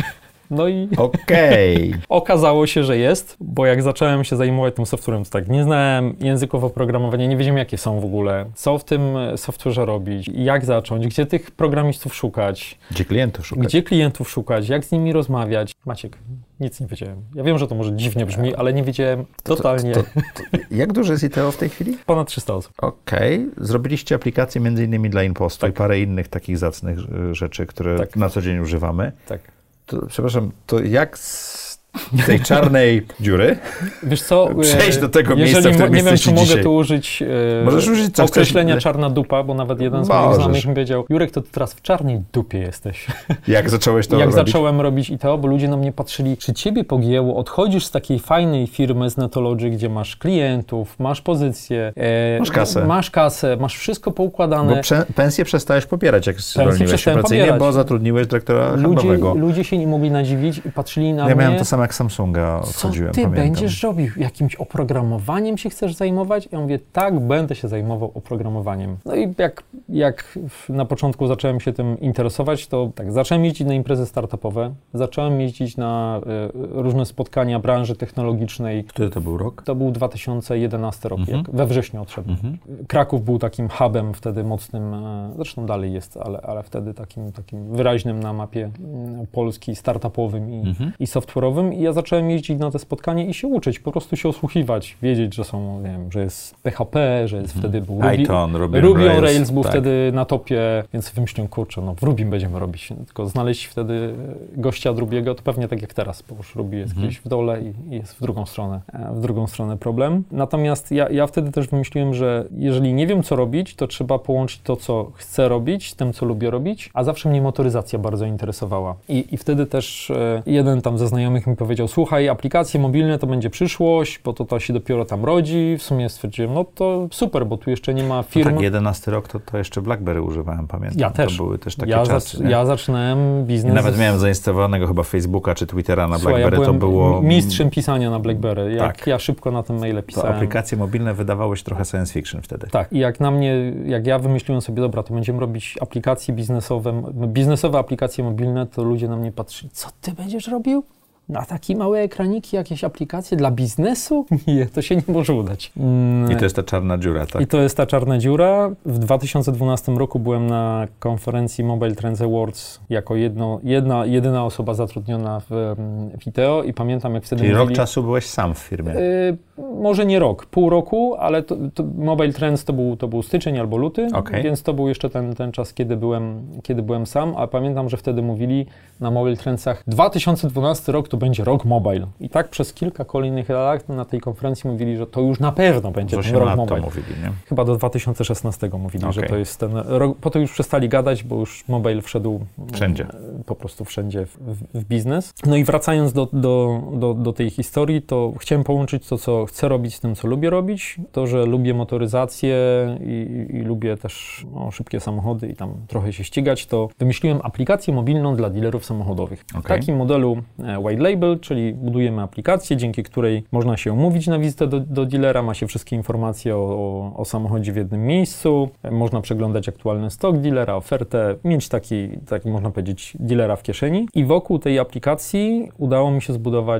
No i
Okej.
okazało się, że jest, bo jak zacząłem się zajmować tym softwarem, to tak nie znałem języków oprogramowania, nie wiedziałem jakie są w ogóle, co w tym softwarze robić, jak zacząć, gdzie tych programistów szukać,
Gdzie klientów szukać?
gdzie klientów szukać, jak z nimi rozmawiać. Maciek, nic nie wiedziałem. Ja wiem, że to może dziwnie brzmi, ale nie wiedziałem totalnie.
To, to, to, jak duży jest I T O w tej chwili?
Ponad trzysta osób.
Okej. Zrobiliście aplikację między innymi dla Impostu
Tak.
i parę innych takich zacnych y, rzeczy, które
Tak.
na co dzień używamy.
Tak.
To, przepraszam, to jak z tej czarnej dziury
Wiesz co,
przejść do tego
jeżeli
miejsca, w którym
mo- nie wiem,
jesteście
czy mogę
dzisiaj?
tu użyć e,
Możesz użyć co
określenia
chcesz.
czarna dupa, bo nawet jeden z moich
Możesz.
znajomych mi powiedział, Jurek, to ty teraz w czarnej dupie jesteś.
Jak zacząłeś to
Jak
robić?
zacząłem robić I T O, bo ludzie na mnie patrzyli, czy ciebie pogięło, odchodzisz z takiej fajnej firmy z Netology, gdzie masz klientów, masz pozycję, e,
Masz kasę.
masz kasę, masz wszystko poukładane.
Bo prze, pensję przestałeś pobierać, jak zwolniłeś się
przestałem
operacyjnie,
pobierać.
bo zatrudniłeś dyrektora
Ludzie,
handlowego.
ludzie się nie mogli nadziwić i patrzyli na
Ja
mnie.
miałem to samo jak Samsunga,
Co
odchodziłem,
ty
pamiętam.
będziesz robił? Jakimś oprogramowaniem się chcesz zajmować? Ja mówię, tak, będę się zajmował oprogramowaniem. No i jak, jak na początku zacząłem się tym interesować, to tak, zacząłem jeździć na imprezy startupowe, zacząłem jeździć na y, różne spotkania branży technologicznej.
Który to był rok?
To był dwa tysiące jedenasty rok,
Mhm.
jak we wrześniu odszedłem.
Mhm.
Kraków był takim hubem wtedy mocnym, e, zresztą dalej jest, ale, ale wtedy takim, takim wyraźnym na mapie mm, Polski, startupowym i,
Mhm.
i software'owym. I ja zacząłem jeździć na te spotkania i się uczyć, po prostu się osłuchiwać, wiedzieć, że są, nie wiem, że jest P H P, że jest wtedy był Ruby,
Python, Ruby,
Ruby on
Rails,
Rails był
tak.
wtedy na topie, więc wymyśliłem, kurczę, no w Rubim będziemy robić. Tylko znaleźć wtedy gościa od Rubiego, to pewnie tak jak teraz, bo już Ruby jest
Mhm.
gdzieś w dole i, i jest w drugą stronę, e, w drugą stronę problem. Natomiast ja, ja wtedy też wymyśliłem, że jeżeli nie wiem, co robić, to trzeba połączyć to, co chcę robić, z tym, co lubię robić, a zawsze mnie motoryzacja bardzo interesowała. I, i wtedy też e, jeden tam ze znajomych mi powiedział, słuchaj, aplikacje mobilne to będzie przyszłość, bo to, to się dopiero tam rodzi. W sumie stwierdziłem, no to super, bo tu jeszcze nie ma firm.
No tak, jedenasty rok to, to jeszcze BlackBerry używałem, pamiętam.
Ja też.
To były też takie
ja,
czasy.
zac-
nie?
ja zaczynałem
I
biznes...
nawet miałem zainstalowanego chyba Facebooka czy Twittera na
Słuchaj, ja
BlackBerry, to
byłem
było...
mistrzem pisania na BlackBerry. Jak
Tak.
ja szybko na tym maile
To
pisałem.
aplikacje mobilne wydawały się trochę science fiction wtedy.
Tak, i jak na mnie, jak ja wymyśliłem sobie, dobra, to będziemy robić aplikacje biznesowe, biznesowe aplikacje mobilne, to ludzie na mnie patrzyli, co ty będziesz robił? Na takie małe ekraniki, jakieś aplikacje dla biznesu? Nie, to się nie może udać. Mm,
I to jest ta czarna dziura, tak?
I to jest ta czarna dziura. W dwa tysiące dwunastym roku byłem na konferencji Mobile Trends Awards jako jedno, jedna, jedyna osoba zatrudniona w, w I T O i pamiętam, jak wtedy
Czyli
mówili,
rok czasu byłeś sam w firmie.
y, może nie rok, pół roku, ale to, to Mobile Trends to był, to był styczeń albo luty,
Okej.
więc to był jeszcze ten, ten czas, kiedy byłem, kiedy byłem sam, a pamiętam, że wtedy mówili na Mobile Trendsach dwa tysiące dwunasty rok to będzie rok mobile. I tak przez kilka kolejnych lat na tej konferencji mówili, że to już na pewno będzie ten
osiem
rok
lat
mobile.
to mówili, nie?
Chyba do dwa tysiące szesnastego mówili,
Okej.
że to jest ten rok. Po to już przestali gadać, bo już mobile wszedł
Wszędzie.
e, po prostu wszędzie w, w, w biznes. No i wracając do, do, do, do tej historii, to chciałem połączyć to, co chcę robić z tym, co lubię robić. To, że lubię motoryzację i, i, i lubię też no, szybkie samochody i tam trochę się ścigać, to wymyśliłem aplikację mobilną dla dealerów samochodowych. W
Okej.
takim modelu e, white label, czyli budujemy aplikację, dzięki której można się umówić na wizytę do, do dealera, ma się wszystkie informacje o, o, o samochodzie w jednym miejscu, e, można przeglądać aktualny stok dealera, ofertę, mieć taki, taki, można powiedzieć, dealera w kieszeni. I wokół tej aplikacji udało mi się zbudować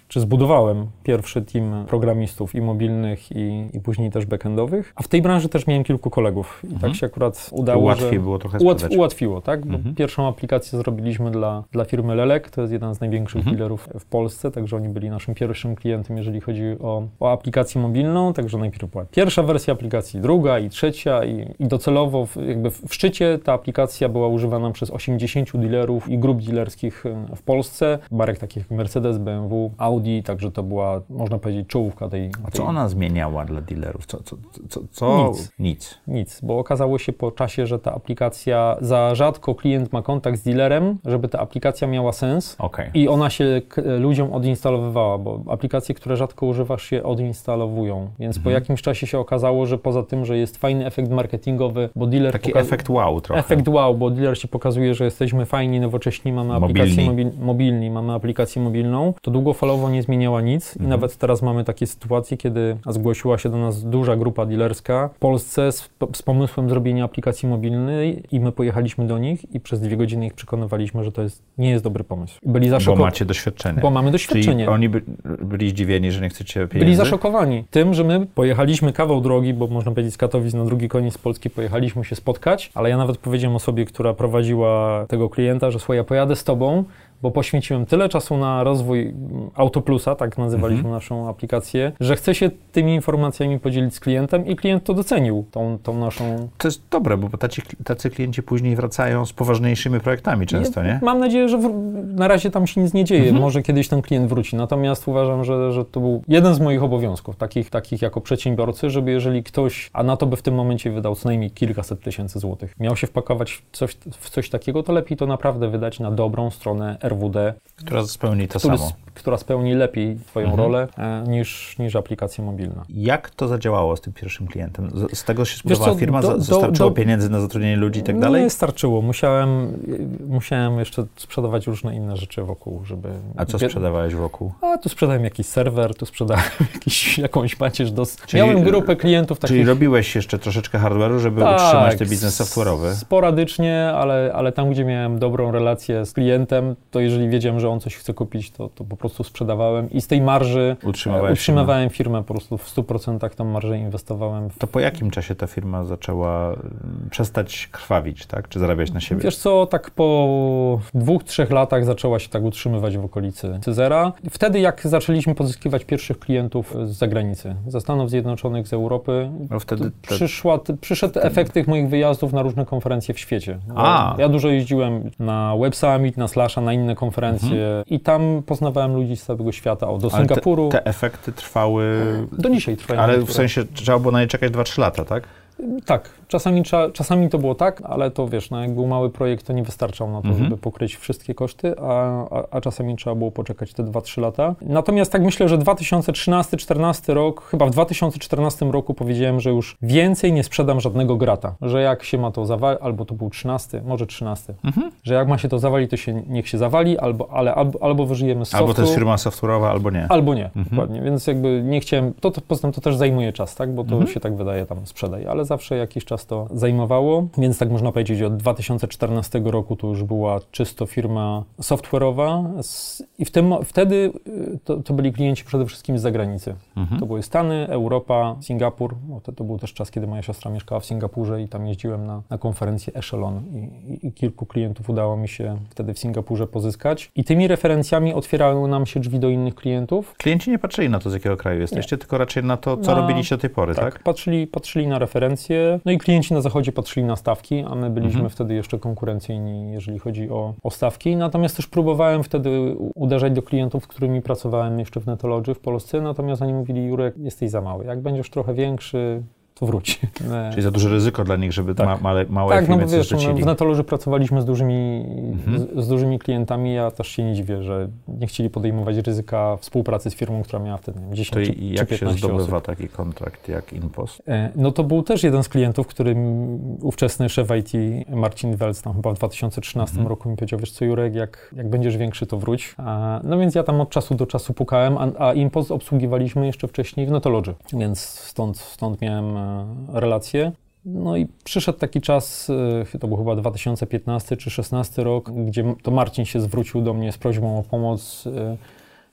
czy zbudowałem pierwszy team programistów i mobilnych, i, i później też backendowych. A w tej branży też miałem kilku kolegów. I mhm. tak się akurat udało,
Łatwiej
że...
było trochę
ułatw,
sprzedać.
Ułatwiło, tak? Bo
mhm.
pierwszą aplikację zrobiliśmy dla, dla firmy Lelek. To jest jeden z największych mhm. dealerów w Polsce, także oni byli naszym pierwszym klientem, jeżeli chodzi o, o aplikację mobilną. Także najpierw była pierwsza wersja aplikacji, druga i trzecia i, i docelowo w, jakby w szczycie ta aplikacja była używana przez osiemdziesięciu dealerów i grup dealerskich w Polsce. Marek takich jak Mercedes, B M W, Audi, także to była, można powiedzieć, czołówka tej...
A co
tej...
ona zmieniała dla dealerów? Co, co, co, co?
Nic.
Nic.
Nic, bo okazało się po czasie, że ta aplikacja, za rzadko klient ma kontakt z dealerem, żeby ta aplikacja miała sens
okay.
i ona się k- ludziom odinstalowywała, bo aplikacje, które rzadko używasz, się odinstalowują, więc mhm. po jakimś czasie się okazało, że poza tym, że jest fajny efekt marketingowy, bo dealer...
Taki
poka-
efekt wow trochę.
Efekt wow, bo dealer się pokazuje, że jesteśmy fajni, nowocześni, mamy aplikację mobilni, mobilni mamy aplikację mobilną, to długofalowo nie zmieniała nic mhm. i nawet teraz mamy takie sytuacje, kiedy zgłosiła się do nas duża grupa dealerska w Polsce z, z pomysłem zrobienia aplikacji mobilnej i my pojechaliśmy do nich i przez dwie godziny ich przekonywaliśmy, że to jest, nie jest dobry pomysł. Byli zaszoko-
Bo macie doświadczenie.
Bo mamy doświadczenie.
Czyli oni by, byli zdziwieni, że nie chcecie pieniędzy?
Byli zaszokowani tym, że my pojechaliśmy kawał drogi, bo można powiedzieć z Katowic na drugi koniec Polski pojechaliśmy się spotkać, ale ja nawet powiedziałem osobie, która prowadziła tego klienta, że słuchaj, ja pojadę z tobą, bo poświęciłem tyle czasu na rozwój AutoPlusa, tak nazywaliśmy mhm. naszą aplikację, że chcę się tymi informacjami podzielić z klientem i klient to docenił, tą, tą naszą...
To jest dobre, bo tacy, tacy klienci później wracają z poważniejszymi projektami często, nie?
Mam nadzieję, że w, na razie tam się nic nie dzieje, mhm. może kiedyś ten klient wróci, natomiast uważam, że, że to był jeden z moich obowiązków, takich, takich jako przedsiębiorcy, żeby jeżeli ktoś, a na to by w tym momencie wydał co najmniej kilkaset tysięcy złotych, miał się wpakować w coś, w coś takiego, to lepiej to naprawdę wydać na dobrą stronę R W D,
która spełni to
który,
samo.
Która spełni lepiej twoją
mhm. rolę
e, niż, niż aplikacja mobilna.
Jak to zadziałało z tym pierwszym klientem? Z, z tego się zbudowała
co,
firma?
do,
Zastarczyło
do,
pieniędzy na zatrudnienie ludzi i tak dalej?
Nie starczyło. Musiałem, musiałem jeszcze sprzedawać różne inne rzeczy wokół, żeby...
A co sprzedawałeś wokół?
A tu sprzedałem jakiś serwer, tu sprzedałem jakiś, jakąś macierz do... Czyli, miałem grupę klientów takich...
Czyli robiłeś jeszcze troszeczkę hardware'u, żeby tak, utrzymać ten biznes software'owy?
Sporadycznie, ale, ale tam, gdzie miałem dobrą relację z klientem, to jeżeli wiedziałem, że on coś chce kupić, to, to po prostu sprzedawałem i z tej marży utrzymywałem firmę, po prostu w stu procentach tą marżę inwestowałem. W...
To po jakim czasie ta firma zaczęła przestać krwawić, tak? Czy zarabiać na siebie?
Wiesz co, tak po dwóch, trzech latach zaczęła się tak utrzymywać w okolicy zera. Wtedy jak zaczęliśmy pozyskiwać pierwszych klientów z zagranicy, ze Stanów Zjednoczonych, z Europy,
no wtedy te...
przyszła, przyszedł wtedy... efekt tych moich wyjazdów na różne konferencje w świecie.
A.
Ja dużo jeździłem na Web Summit, na Slasha, na inne konferencje mhm. i tam poznawałem ludzi z całego świata, o, do
ale
Singapuru.
Te, te efekty trwały...
Do dzisiaj trwają.
Ale w sensie trzeba było na nie czekać dwa trzy lata, tak?
Tak, czasami, czasami to było tak, ale to wiesz, no jak był mały projekt, to nie wystarczał na to, mhm. żeby pokryć wszystkie koszty, a, a, a czasami trzeba było poczekać te dwa trzy lata. Natomiast tak myślę, że dwa tysiące trzynasty czternasty rok, chyba w dwa tysiące czternastym roku powiedziałem, że już więcej nie sprzedam żadnego grata, że jak się ma to zawalić, albo to był trzynasty, może trzynasty, mhm. że jak ma się to zawalić, to się niech się zawali, albo, ale, albo, albo wyżyjemy z softu.
Albo to jest firma software'owa, albo nie.
Albo nie,
mhm.
dokładnie, więc jakby nie chciałem, to, to poza tym to też zajmuje czas, tak, bo to mhm. się tak wydaje tam sprzedaj, ale zawsze jakiś czas to zajmowało, więc tak można powiedzieć, od dwa tysiące czternastego roku to już była czysto firma software'owa i w tym, wtedy to, to byli klienci przede wszystkim z zagranicy. Mhm. To były Stany, Europa, Singapur, bo to, to był też czas, kiedy moja siostra mieszkała w Singapurze i tam jeździłem na, na konferencję Echelon i, i, i kilku klientów udało mi się wtedy w Singapurze pozyskać i tymi referencjami otwierały nam się drzwi do innych klientów.
Klienci nie patrzyli na to, z jakiego kraju jesteście, nie. tylko raczej na to, co na, robiliście do tej pory, tak?
Tak, patrzyli, patrzyli na referencje, no i klienci na zachodzie patrzyli na stawki, a my byliśmy mhm. wtedy jeszcze konkurencyjni, jeżeli chodzi o, o stawki. Natomiast też próbowałem wtedy uderzać do klientów, z którymi pracowałem jeszcze w Netology w Polsce, natomiast oni mówili, Jurek, jesteś za mały. Jak będziesz trochę większy, to wróć.
Czyli za duże ryzyko dla nich, żeby tak. ma, małe, małe
tak,
firmy
no bo wiesz,
zlecili.
W Netology pracowaliśmy z dużymi,
mhm.
z, z dużymi klientami, ja też się nie dziwię, że nie chcieli podejmować ryzyka współpracy z firmą, która miała wtedy dziesięć
to
czy,
i jak
czy piętnaście
się zdobywa
osób.
taki kontrakt jak InPost?
No to był też jeden z klientów, którym ówczesny szef I T Marcin Welc tam chyba w dwa tysiące trzynastym mhm. roku mi powiedział, wiesz co Jurek, jak, jak będziesz większy, to wróć. A, no więc ja tam od czasu do czasu pukałem, a, a InPost obsługiwaliśmy jeszcze wcześniej w Netology, więc stąd, stąd miałem relację. No i przyszedł taki czas, to był chyba dwa tysiące piętnasty czy szesnasty rok, gdzie to Marcin się zwrócił do mnie z prośbą o pomoc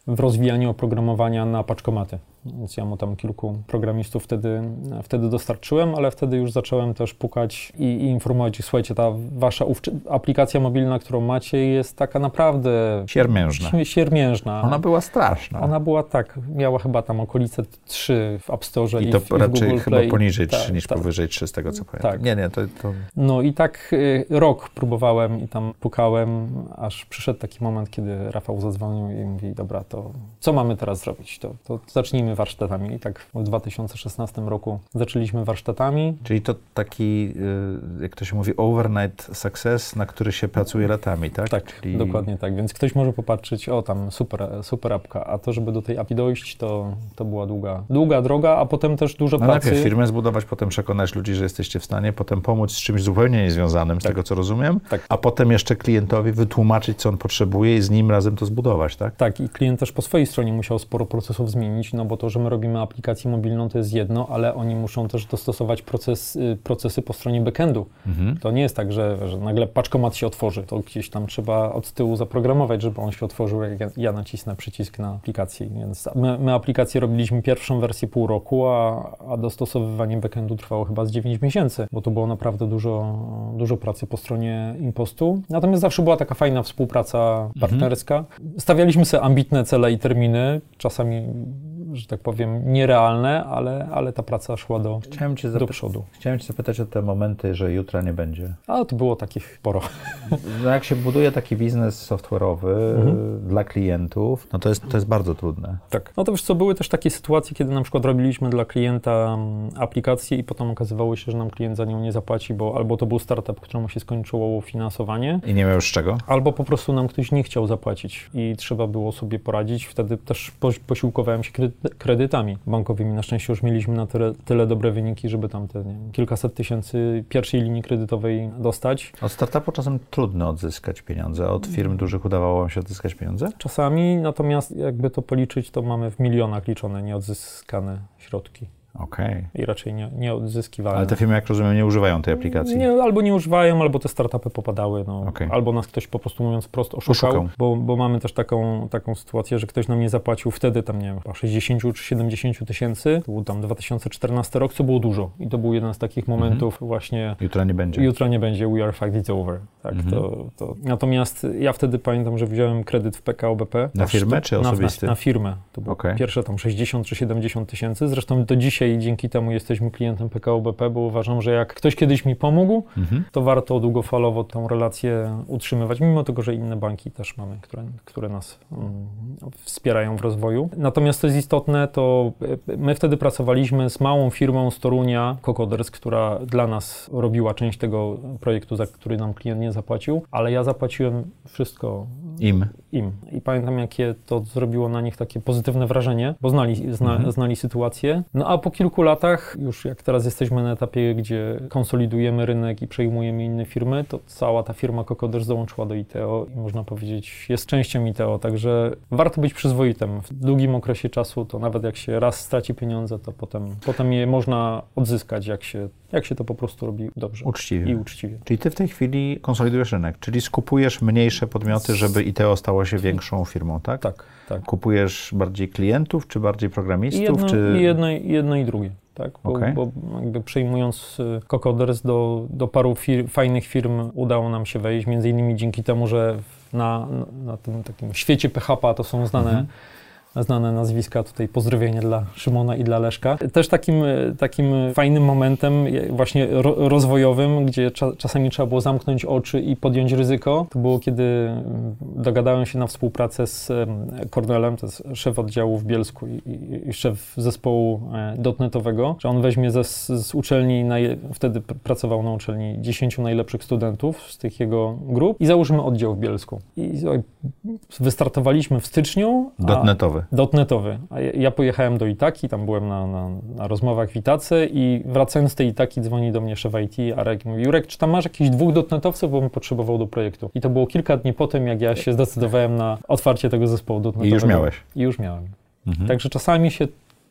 w rozwijaniu oprogramowania na paczkomaty. Więc ja mu tam kilku programistów wtedy, wtedy dostarczyłem, ale wtedy już zacząłem też pukać i, i informować ich, słuchajcie, ta wasza ówczy- aplikacja mobilna, którą macie, jest taka naprawdę...
Siermiężna.
Siermiężna.
Ona była straszna.
Ona była tak, miała chyba tam okolice trzy w App Store i,
I to
w, i w
raczej
Google
chyba
Play.
poniżej
tak,
trzy niż
tak.
powyżej trzy, z tego co pamiętam.
Tak.
Nie, nie, to... to...
No i tak y, rok próbowałem i tam pukałem, aż przyszedł taki moment, kiedy Rafał zadzwonił i mówi, dobra, to co mamy teraz zrobić? To, to zacznijmy warsztatami. I tak w dwa tysiące szesnastym roku zaczęliśmy warsztatami.
Czyli to taki, jak to się mówi, overnight success, na który się pracuje latami, tak?
Tak,
Czyli...
dokładnie tak. Więc ktoś może popatrzeć, o tam super, super apka, a to, żeby do tej api dojść, to, to była długa, długa droga, a potem też dużo
No
pracy.
najpierw firmę zbudować, potem przekonać ludzi, że jesteście w stanie, potem pomóc z czymś zupełnie niezwiązanym, z
Tak.
tego co rozumiem,
Tak.
a potem jeszcze klientowi wytłumaczyć, co on potrzebuje i z nim razem to zbudować, tak?
Tak, i klient też po swojej stronie musiał sporo procesów zmienić, no bo to, że my robimy aplikację mobilną, to jest jedno, ale oni muszą też dostosować proces, procesy po stronie backendu.
Mhm.
To nie jest tak, że, że nagle paczkomat się otworzy. To gdzieś tam trzeba od tyłu zaprogramować, żeby on się otworzył, jak ja, ja nacisnę przycisk na aplikacji. Więc my, my aplikację robiliśmy pierwszą wersję pół roku, a, a dostosowywanie backendu trwało chyba z dziewięć miesięcy, bo to było naprawdę dużo, dużo pracy po stronie Impostu. Natomiast zawsze była taka fajna współpraca partnerska. Mhm. Stawialiśmy sobie ambitne cele i terminy, czasami, że tak powiem, nierealne, ale, ale ta praca szła do,
Chciałem cię
do
zapy-
przodu.
Chciałem cię zapytać o te momenty, że jutra nie będzie.
Ale to było takich sporo.
No jak się buduje taki biznes software'owy
Mhm.
dla klientów, no to jest, to jest bardzo trudne.
Tak. No to wiesz co, były też takie sytuacje, kiedy na przykład robiliśmy dla klienta um, aplikację i potem okazywało się, że nam klient za nią nie zapłaci, bo albo to był startup, któremu się skończyło finansowanie,
I nie miał już z czego?
albo po prostu nam ktoś nie chciał zapłacić i trzeba było sobie poradzić. Wtedy też posiłkowałem się kredytami bankowymi. Na szczęście już mieliśmy na tyle, tyle dobre wyniki, żeby tam te nie wiem, kilkaset tysięcy pierwszej linii kredytowej dostać.
Od startupu czasem trudno odzyskać pieniądze. Od firm dużych udawało wam się odzyskać pieniądze?
Czasami, natomiast jakby to policzyć, to mamy w milionach liczone nieodzyskane środki.
Okej. Okay.
I raczej nie, nie odzyskiwalne.
Ale te firmy, jak rozumiem, nie używają tej aplikacji?
Nie, albo nie używają, albo te startupy popadały, no,
Okay.
albo nas ktoś po prostu, mówiąc prost, oszukał, bo, bo mamy też taką, taką sytuację, że ktoś nam nie zapłacił wtedy tam, nie wiem, sześćdziesiąt czy siedemdziesiąt tysięcy, to był tam dwa tysiące czternasty rok, co było dużo i to był jeden z takich momentów mhm. właśnie...
Jutra nie będzie.
Jutra nie będzie, we are fact, it's over. Tak, mhm. to, to. Natomiast ja wtedy pamiętam, że wziąłem kredyt w P K O B P.
Na firmę
to,
czy osobisty?
Na, na firmę. To było okay. pierwsze tam sześćdziesiąt czy siedemdziesiąt tysięcy, zresztą do dzisiaj dzięki temu jest jesteśmy klientem P K O B P, bo uważam, że jak ktoś kiedyś mi pomógł, mhm. to warto długofalowo tą relację utrzymywać, mimo tego, że inne banki też mamy, które, które nas um, wspierają w rozwoju. Natomiast co jest istotne, to my wtedy pracowaliśmy z małą firmą z Torunia, Cocoders, która dla nas robiła część tego projektu, za który nam klient nie zapłacił, ale ja zapłaciłem wszystko
im.
im. I pamiętam, jakie to zrobiło na nich takie pozytywne wrażenie, bo znali, zna, mhm. znali sytuację. No a po kilku latach, już jak teraz jesteśmy na etapie, gdzie konsolidujemy rynek i przejmujemy inne firmy, to cała ta firma Cocoders dołączyła do I T O i można powiedzieć, jest częścią I T O, także warto być przyzwoitym. W długim okresie czasu to nawet jak się raz straci pieniądze, to potem, potem je można odzyskać, jak się, jak się to po prostu robi dobrze.
Uczciwie.
I uczciwie.
Czyli ty w tej chwili konsolidujesz rynek, czyli skupujesz mniejsze podmioty, żeby I T O stało się większą firmą, tak?
Tak, tak.
Kupujesz bardziej klientów, czy bardziej programistów?
I jedno,
czy...
i, jedno, i jedno i drugie. Tak, bo,
okay.
bo jakby przejmując Cocoders do, do paru fir- fajnych firm udało nam się wejść, między innymi dzięki temu, że na, na tym takim świecie P H P to są znane mm-hmm. znane nazwiska, tutaj pozdrowienie dla Szymona i dla Leszka. Też takim, takim fajnym momentem właśnie ro, rozwojowym, gdzie cza, czasami trzeba było zamknąć oczy i podjąć ryzyko, to było, kiedy dogadałem się na współpracę z Kornelem, to jest szef oddziału w Bielsku i, i, i szef zespołu dotnetowego, że on weźmie ze, z uczelni, naj, wtedy pracował na uczelni dziesięciu najlepszych studentów z tych jego grup i założymy oddział w Bielsku. I wystartowaliśmy w styczniu.
Dotnetowy.
Dotnetowy. A ja pojechałem do Itaki, tam byłem na, na, na rozmowach w Itace i wracając z tej Itaki dzwoni do mnie szef I T, Arek, mówi: Jurek, czy tam masz jakichś dwóch dotnetowców, bo bym potrzebował do projektu. I to było kilka dni po tym, jak ja się zdecydowałem na otwarcie tego zespołu dotnetowego.
I już miałeś.
I już miałem. Mhm. Także czasami się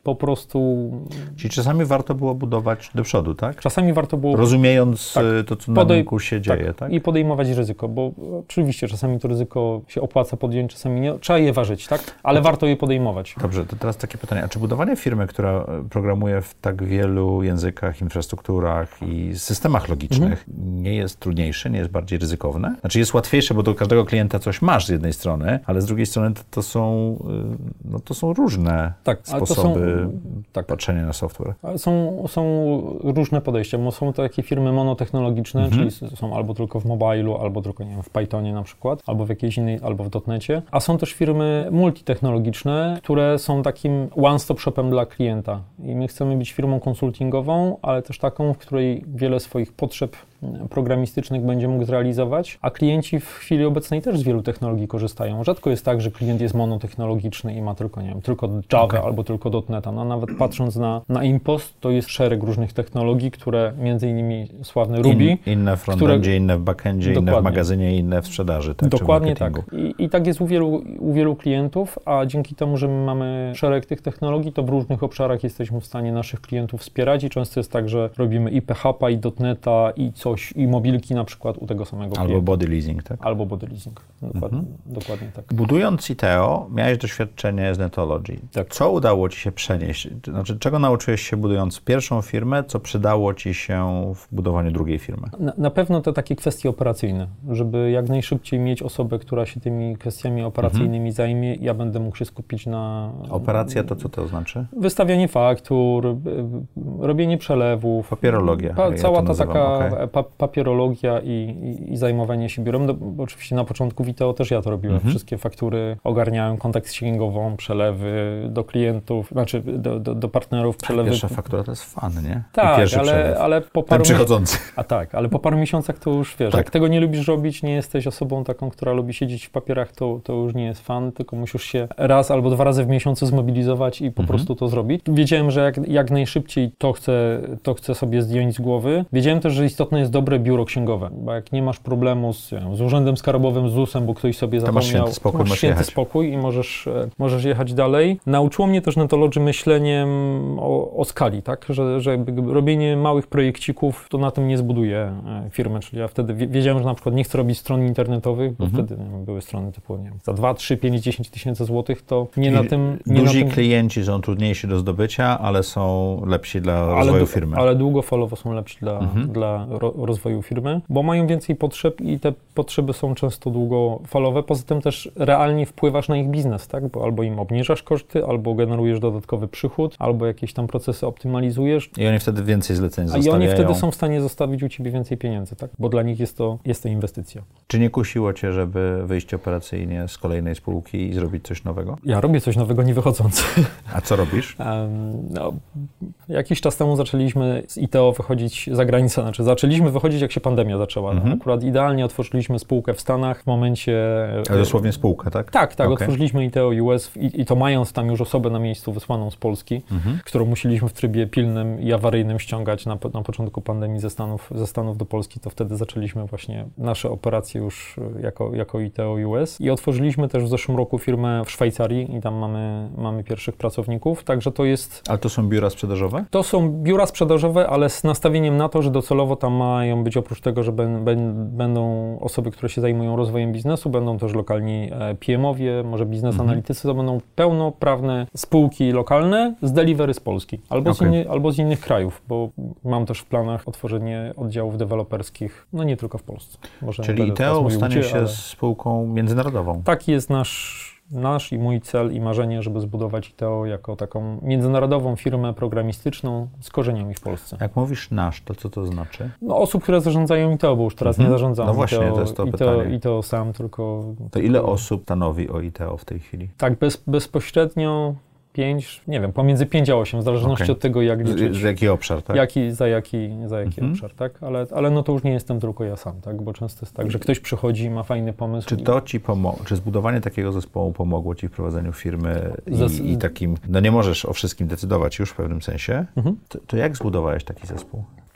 po prostu...
Czyli czasami warto było budować do przodu, tak?
Czasami warto było...
Rozumiejąc
tak,
to, co na
podej-
rynku się dzieje, tak, tak?
I podejmować ryzyko, bo oczywiście czasami to ryzyko się opłaca podjąć, czasami nie. Trzeba je ważyć, tak? Ale warto je podejmować.
Dobrze, to teraz takie pytanie. A czy budowanie firmy, która programuje w tak wielu językach, infrastrukturach i systemach logicznych mhm. nie jest trudniejsze, nie jest bardziej ryzykowne? Znaczy jest łatwiejsze, bo do każdego klienta coś masz z jednej strony, ale z drugiej strony to, to są, no, to są różne tak, sposoby są, tak. patrzenia na software.
Są, są różne podejścia, bo są to takie firmy monotechnologiczne, mhm. czyli są albo tylko w mobilu, albo tylko nie wiem, w Pythonie na przykład, albo w jakiejś innej, albo w dotnecie. A są też firmy multitechnologiczne, które są takim one-stop shopem dla klienta. I my chcemy być firmą konsultingową, ale też taką, w której wiele swoich potrzeb programistycznych będzie mógł zrealizować, a klienci w chwili obecnej też z wielu technologii korzystają. Rzadko jest tak, że klient jest monotechnologiczny i ma tylko, nie wiem, tylko Java okay. albo tylko dotneta. No, nawet patrząc na, na Impost, to jest szereg różnych technologii, które między innymi sławne Ruby. In,
inne w frontendzie, które, inne w backendzie, dokładnie. Inne w magazynie, inne w sprzedaży. Tak,
dokładnie tak. I, I tak jest u wielu, u wielu klientów, a dzięki temu, że my mamy szereg tych technologii, to w różnych obszarach jesteśmy w stanie naszych klientów wspierać i często jest tak, że robimy i P H P, i dotneta, i coś, i mobilki na przykład u tego samego klienta.
Albo body leasing, tak?
Albo body leasing, dokładnie, mhm. dokładnie tak.
Budując I T E O, miałeś doświadczenie z Netology.
Tak.
Co udało ci się przenieść? Znaczy, czego nauczyłeś się budując pierwszą firmę, co przydało ci się w budowaniu drugiej firmy?
Na, na pewno te takie kwestie operacyjne, żeby jak najszybciej mieć osobę, która się tymi kwestiami operacyjnymi mhm. zajmie, ja będę mógł się skupić na...
Operacja to co to znaczy?
Wystawianie faktur, robienie przelewów.
Papierologia.
Pa, cała
ja
ta taka
okay.
pa, papierologia i, i, i zajmowanie się biurem. No, bo oczywiście na początku w I T E O też ja to robiłem. Mhm. Wszystkie faktury ogarniałem, kontakt księgową, przelewy do klientów, znaczy do, do, do partnerów, przelewy.
Pierwsza faktura to jest fan, nie?
Tak, ale, ale po paru...
Ten przychodzący.
A tak, ale po paru miesiącach to już wiesz, tak. Jak tego nie lubisz robić, nie jesteś osobą taką, która lubi siedzieć w papierach, to, to już nie jest fan, tylko musisz się raz albo dwa razy w miesiącu zmobilizować i po mhm. prostu to zrobić. Wiedziałem, że jak, jak najszybciej to chcę, to chcę sobie zdjąć z głowy. Wiedziałem też, że istotne jest dobre biuro księgowe, bo jak nie masz problemu z, wiem, z urzędem skarbowym, z ZUS-em, bo ktoś sobie zapomniał,
masz święty spokój,
masz
masz
święty
jechać.
spokój i możesz, możesz jechać dalej. Nauczyło mnie też Netology myśleniem o, o skali, tak? Że, że robienie małych projekcików to na tym nie zbuduje firmy, czyli ja wtedy wiedziałem, że na przykład nie chcę robić stron internetowych, bo mhm. wtedy nie wiem, były strony typu, nie wiem, za dwa, trzy, pięć, dziesięć tysięcy złotych, to nie I na tym... Nie
duzi
na tym...
klienci są trudniejsi do zdobycia, ale są lepsi dla rozwoju
ale,
firmy.
Ale długofalowo są lepsi dla, mhm. dla ro, rozwoju firmy, bo mają więcej potrzeb i te potrzeby są często długofalowe. Poza tym też realnie wpływasz na ich biznes, tak? Bo albo im obniżasz koszty, albo generujesz dodatkowy przychód, albo jakieś tam procesy optymalizujesz.
I oni wtedy więcej zleceń
A
zostawiają.
I oni wtedy są w stanie zostawić u ciebie więcej pieniędzy, tak? Bo dla nich jest to, jest to inwestycja.
Czy nie kusiło cię, żeby wyjść operacyjnie z kolejnej spółki i zrobić coś nowego?
Ja robię coś nowego nie wychodząc.
A co robisz?
um, no, jakiś czas temu zaczęliśmy z I T E O wychodzić za granicę, znaczy zaczęliśmy wychodzić, jak się pandemia zaczęła. Mhm. Akurat idealnie otworzyliśmy spółkę w Stanach w momencie...
A dosłownie spółkę, tak?
Tak, tak.
Okay.
Otworzyliśmy I T E O U S i, i to mając tam już osobę na miejscu wysłaną z Polski, mhm. którą musieliśmy w trybie pilnym i awaryjnym ściągać na, na początku pandemii ze Stanów, ze Stanów do Polski, to wtedy zaczęliśmy właśnie nasze operacje już jako, jako I T E O U S i otworzyliśmy też w zeszłym roku firmę w Szwajcarii i tam mamy, mamy pierwszych pracowników, także to jest...
Ale to są biura sprzedażowe?
To są biura sprzedażowe, ale z nastawieniem na to, że docelowo tam mają być oprócz tego, że ben, ben, będą osoby, które się zajmują rozwojem biznesu, będą też lokalni P M owie, może biznes mhm. analitycy, to będą pełnoprawne spółki lokalne z delivery z Polski albo, okay. z, inny, albo z innych krajów, bo mam też w planach otworzenie oddziałów deweloperskich, no nie tylko w Polsce. Może
Czyli I T E O stanie się
ale...
spółką międzynarodową.
Taki jest nasz... Nasz i mój cel i marzenie, żeby zbudować I T E O jako taką międzynarodową firmę programistyczną z korzeniami w Polsce.
Jak mówisz nasz, to co to znaczy?
No, osób, które zarządzają I T E O, bo już teraz mhm. nie zarządzam
no właśnie,
I T E O,
to jest to
I T E O,
pytanie.
I T E O sam, tylko...
To ile osób stanowi o I T E O w tej chwili?
Tak, bez, bezpośrednio pięć, nie wiem, pomiędzy pięć a osiem, w zależności okay. od tego, jak liczyć.
Z, z jaki obszar, tak?
Jaki, za jaki, za jaki mhm. obszar, tak? Ale, ale no to już nie jestem tylko ja sam, tak? Bo często jest tak, że ktoś przychodzi i ma fajny pomysł.
Czy to ci pomogło, czy zbudowanie takiego zespołu pomogło ci w prowadzeniu firmy i, Zas... i takim, no nie możesz o wszystkim decydować już w pewnym sensie, mhm. to, to jak zbudowałeś taki zespół?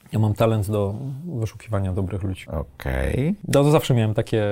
Ja mam talent do wyszukiwania dobrych ludzi.
Okej. Okay.
No to zawsze miałem takie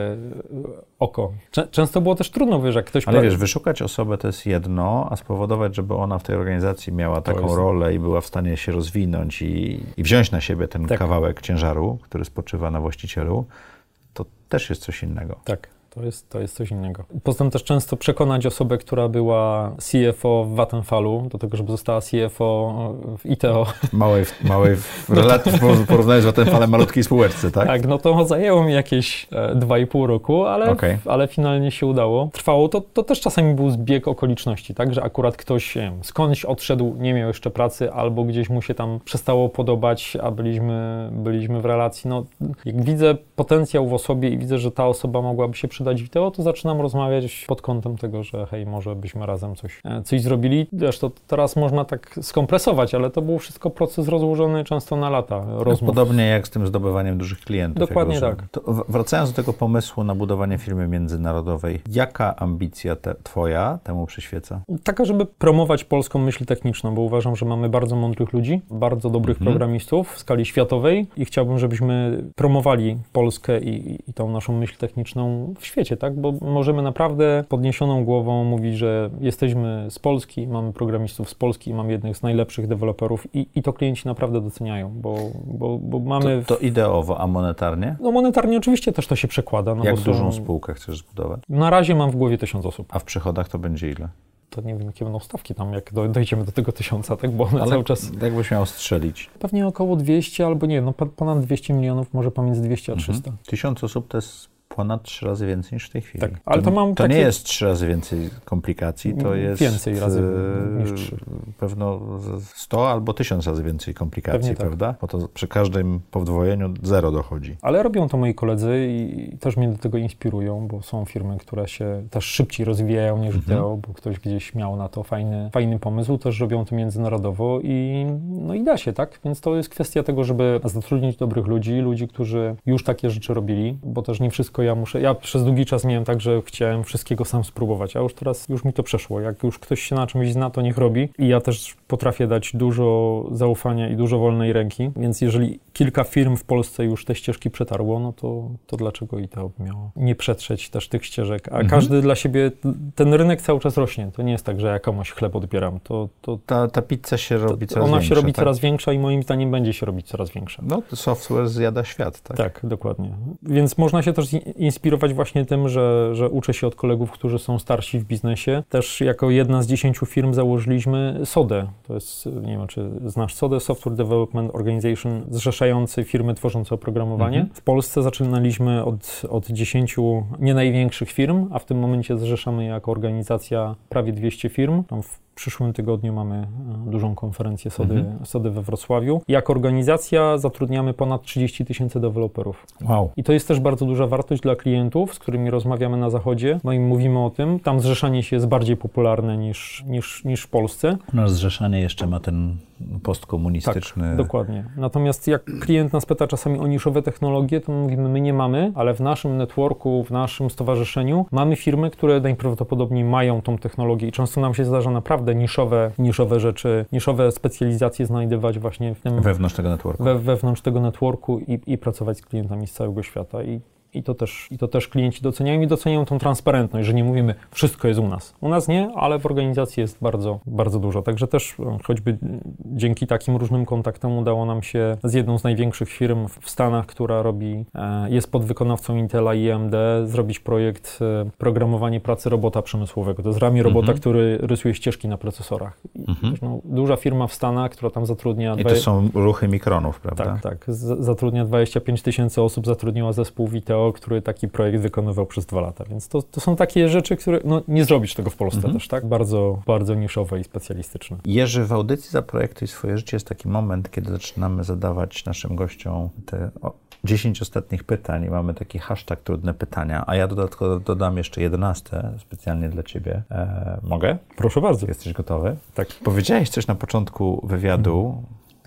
oko. Często było też trudno, wiesz, jak ktoś...
Ale wiesz, wyszukać osobę to jest jedno, a spowodować, żeby ona w tej organizacji miała taką jest... rolę i była w stanie się rozwinąć i, i wziąć na siebie ten tak. kawałek ciężaru, który spoczywa na właścicielu, to też jest coś innego.
Tak. To jest, to jest coś innego. Poza tym też często przekonać osobę, która była C F O w Vattenfallu, do tego, żeby została C F O w I T O.
Małej, małej w, relacji, w porównaniu z Vattenfallem malutkiej spółeczce, tak?
Tak, no to zajęło mi jakieś e, dwa i pół roku, ale, okay. ale finalnie się udało. Trwało to, to też czasami był zbieg okoliczności, tak, że akurat ktoś nie wiem, skądś odszedł, nie miał jeszcze pracy, albo gdzieś mu się tam przestało podobać, a byliśmy, byliśmy w relacji. No, jak widzę potencjał w osobie i widzę, że ta osoba mogłaby się przydać w I T O, to zaczynam rozmawiać pod kątem tego, że hej, może byśmy razem coś, coś zrobili. Wiesz, to teraz można tak skompresować, ale to był wszystko proces rozłożony często na lata rozmów.
Podobnie jak z tym zdobywaniem dużych klientów.
Dokładnie tak.
To wracając do tego pomysłu na budowanie firmy międzynarodowej, jaka ambicja te, twoja temu przyświeca?
Taka, żeby promować polską myśl techniczną, bo uważam, że mamy bardzo mądrych ludzi, bardzo dobrych mhm. programistów w skali światowej i chciałbym, żebyśmy promowali Polskę i, i tą naszą myśl techniczną w świecie, tak? Bo możemy naprawdę podniesioną głową mówić, że jesteśmy z Polski, mamy programistów z Polski, mamy jednych z najlepszych deweloperów i, i to klienci naprawdę doceniają, bo, bo, bo mamy...
To, to ideowo, a monetarnie?
No monetarnie oczywiście też to się przekłada. No
Jak
bo
dużą
są...
spółkę chcesz zbudować?
Na razie mam w głowie tysiąc osób.
A w przychodach to będzie ile?
To nie wiem, jakie będą stawki tam, jak dojdziemy do tego tysiąca, tak? Bo one
ale
cały czas...
jakbyś miał strzelić?
Pewnie około dwieście albo nie, no ponad dwieście milionów, może pomiędzy dwieście a trzysta.
Mhm. Tysiąc osób to jest ponad trzy razy więcej niż w tej chwili.
Tak, ale to, to mam
to
takie...
nie jest trzy razy więcej komplikacji, to jest
więcej razy niż trzy.
Pewno sto albo tysiąc razy więcej komplikacji,
Pewnie
prawda?
Tak.
Bo to przy każdym podwojeniu zero dochodzi.
Ale robią to moi koledzy i też mnie do tego inspirują, bo są firmy, które się też szybciej rozwijają niż mhm. I T O, bo ktoś gdzieś miał na to fajny, fajny pomysł, też robią to międzynarodowo i no i da się, tak? Więc to jest kwestia tego, żeby zatrudnić dobrych ludzi, ludzi, którzy już takie rzeczy robili, bo też nie wszystko ja muszę, ja przez długi czas miałem tak, że chciałem wszystkiego sam spróbować, a już teraz już mi to przeszło. Jak już ktoś się na czymś zna, to niech robi i ja też potrafię dać dużo zaufania i dużo wolnej ręki, więc jeżeli kilka firm w Polsce już te ścieżki przetarło, no to, to dlaczego I T O by miało nie przetrzeć też tych ścieżek, a mhm. każdy dla siebie, ten rynek cały czas rośnie, to nie jest tak, że ja komuś chleb odbieram, to... to
ta, ta pizza się robi
to,
coraz
ona
większa.
Ona się robi
tak?
coraz większa i moim zdaniem będzie się robić coraz większa.
No, software zjada świat, tak?
Tak, dokładnie. Więc można się też inspirować właśnie tym, że, że uczę się od kolegów, którzy są starsi w biznesie. Też jako jedna z dziesięciu firm założyliśmy SODE. To jest, nie wiem, czy znasz SODE, Software Development Organization, zrzeszający firmy tworzące oprogramowanie. Mhm. W Polsce zaczynaliśmy od, od dziesięciu nie największych firm, a w tym momencie zrzeszamy jako organizacja prawie dwieście firm. Tam w przyszłym tygodniu mamy dużą konferencję SODY, mhm. SODY we Wrocławiu. Jak organizacja zatrudniamy ponad trzydzieści tysięcy deweloperów.
Wow.
I to jest też bardzo duża wartość dla klientów, z którymi rozmawiamy na Zachodzie. No i mówimy o tym. Tam zrzeszanie się jest bardziej popularne niż, niż, niż w Polsce.
No zrzeszanie jeszcze ma ten postkomunistyczny...
Tak, dokładnie. Natomiast jak klient nas pyta czasami o niszowe technologie, to mówimy, my nie mamy, ale w naszym networku, w naszym stowarzyszeniu mamy firmy, które najprawdopodobniej mają tą technologię i często nam się zdarza naprawdę niszowe, niszowe rzeczy, niszowe specjalizacje znajdywać właśnie w tym...
Wewnątrz tego networku.
We, wewnątrz tego networku i, i pracować z klientami z całego świata. I I to, też, I to też klienci doceniają i doceniają tą transparentność, że nie mówimy, wszystko jest u nas. U nas nie, ale w organizacji jest bardzo, bardzo dużo. Także też choćby dzięki takim różnym kontaktom udało nam się z jedną z największych firm w Stanach, która robi, jest podwykonawcą Intela i A M D, zrobić projekt programowanie pracy robota przemysłowego. To jest ramię robota, mhm. który rysuje ścieżki na procesorach. I mhm. no, duża firma w Stanach, która tam zatrudnia...
I to są ruchy mikronów, prawda?
Tak, tak. Z, zatrudnia dwadzieścia pięć tysięcy osób, zatrudniła zespół w I T O, który taki projekt wykonywał przez dwa lata. Więc to, to są takie rzeczy, które no, nie zrobisz tego w Polsce mhm. też, tak? Bardzo, bardzo niszowe i specjalistyczne.
Jerzy, w audycji Zaprojektuj swoje życie jest taki moment, kiedy zaczynamy zadawać naszym gościom te o, dziesięć ostatnich pytań i mamy taki hashtag trudne pytania, a ja dodatkowo dodam jeszcze jedenaste specjalnie dla ciebie. E, mogę?
Proszę bardzo.
Jesteś gotowy?
Tak.
Powiedziałeś coś na początku wywiadu, mhm.